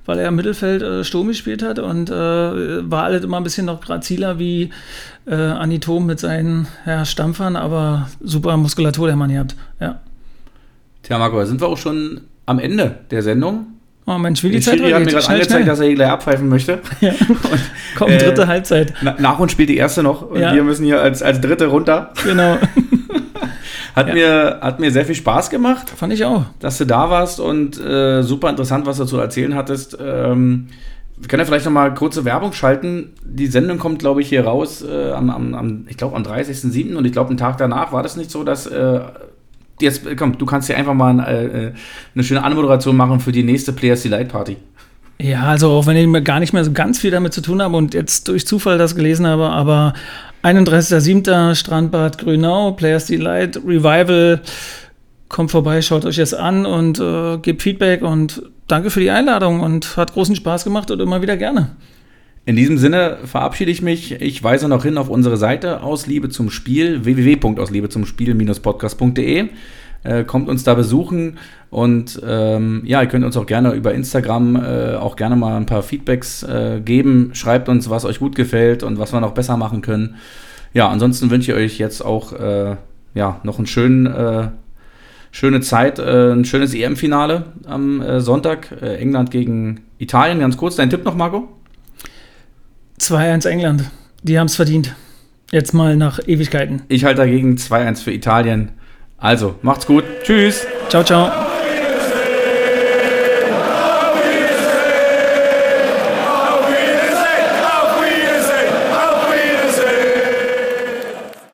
weil er im Mittelfeld Sturm gespielt hat und war alles immer ein bisschen noch graziler wie Andi Thom mit seinen Stampfern, aber super Muskulatur der Mann gehabt. Ja. Tja, Marco, da sind wir auch schon am Ende der Sendung. Oh Mensch, wie die Zeit vergeht. Hat mir gerade angezeigt, dass er hier gleich abpfeifen möchte. Ja. Kommt dritte Halbzeit. Nach uns spielt die erste noch und wir müssen hier als dritte runter. Genau. Hat mir sehr viel Spaß gemacht. Fand ich auch. Dass du da warst und super interessant, was du zu erzählen hattest. Wir können ja vielleicht nochmal kurze Werbung schalten. Die Sendung kommt, glaube ich, hier raus ich glaube am 30.07. und ich glaube, einen Tag danach war das nicht so, dass jetzt, komm, du kannst ja einfach mal eine schöne Anmoderation machen für die nächste Players Delight Party. Ja, also auch wenn ich gar nicht mehr so ganz viel damit zu tun habe und jetzt durch Zufall das gelesen habe, aber 31.07. Strandbad Grünau, Players Delight, Revival, kommt vorbei, schaut euch das an und gebt Feedback und danke für die Einladung und hat großen Spaß gemacht und immer wieder gerne. In diesem Sinne verabschiede ich mich. Ich weise noch hin auf unsere Seite Aus Liebe zum Spiel, www.ausliebeZumSpiel-podcast.de. Kommt uns da besuchen und ihr könnt uns auch gerne über Instagram auch gerne mal ein paar Feedbacks geben. Schreibt uns, was euch gut gefällt und was wir noch besser machen können. Ja, ansonsten wünsche ich euch jetzt auch noch eine schöne Zeit, ein schönes EM-Finale am Sonntag. England gegen Italien. Ganz kurz, dein Tipp noch, Marco? 2-1 England. Die haben es verdient. Jetzt mal nach Ewigkeiten. Ich halte dagegen 2-1 für Italien. Also, macht's gut. Tschüss. Ciao, ciao.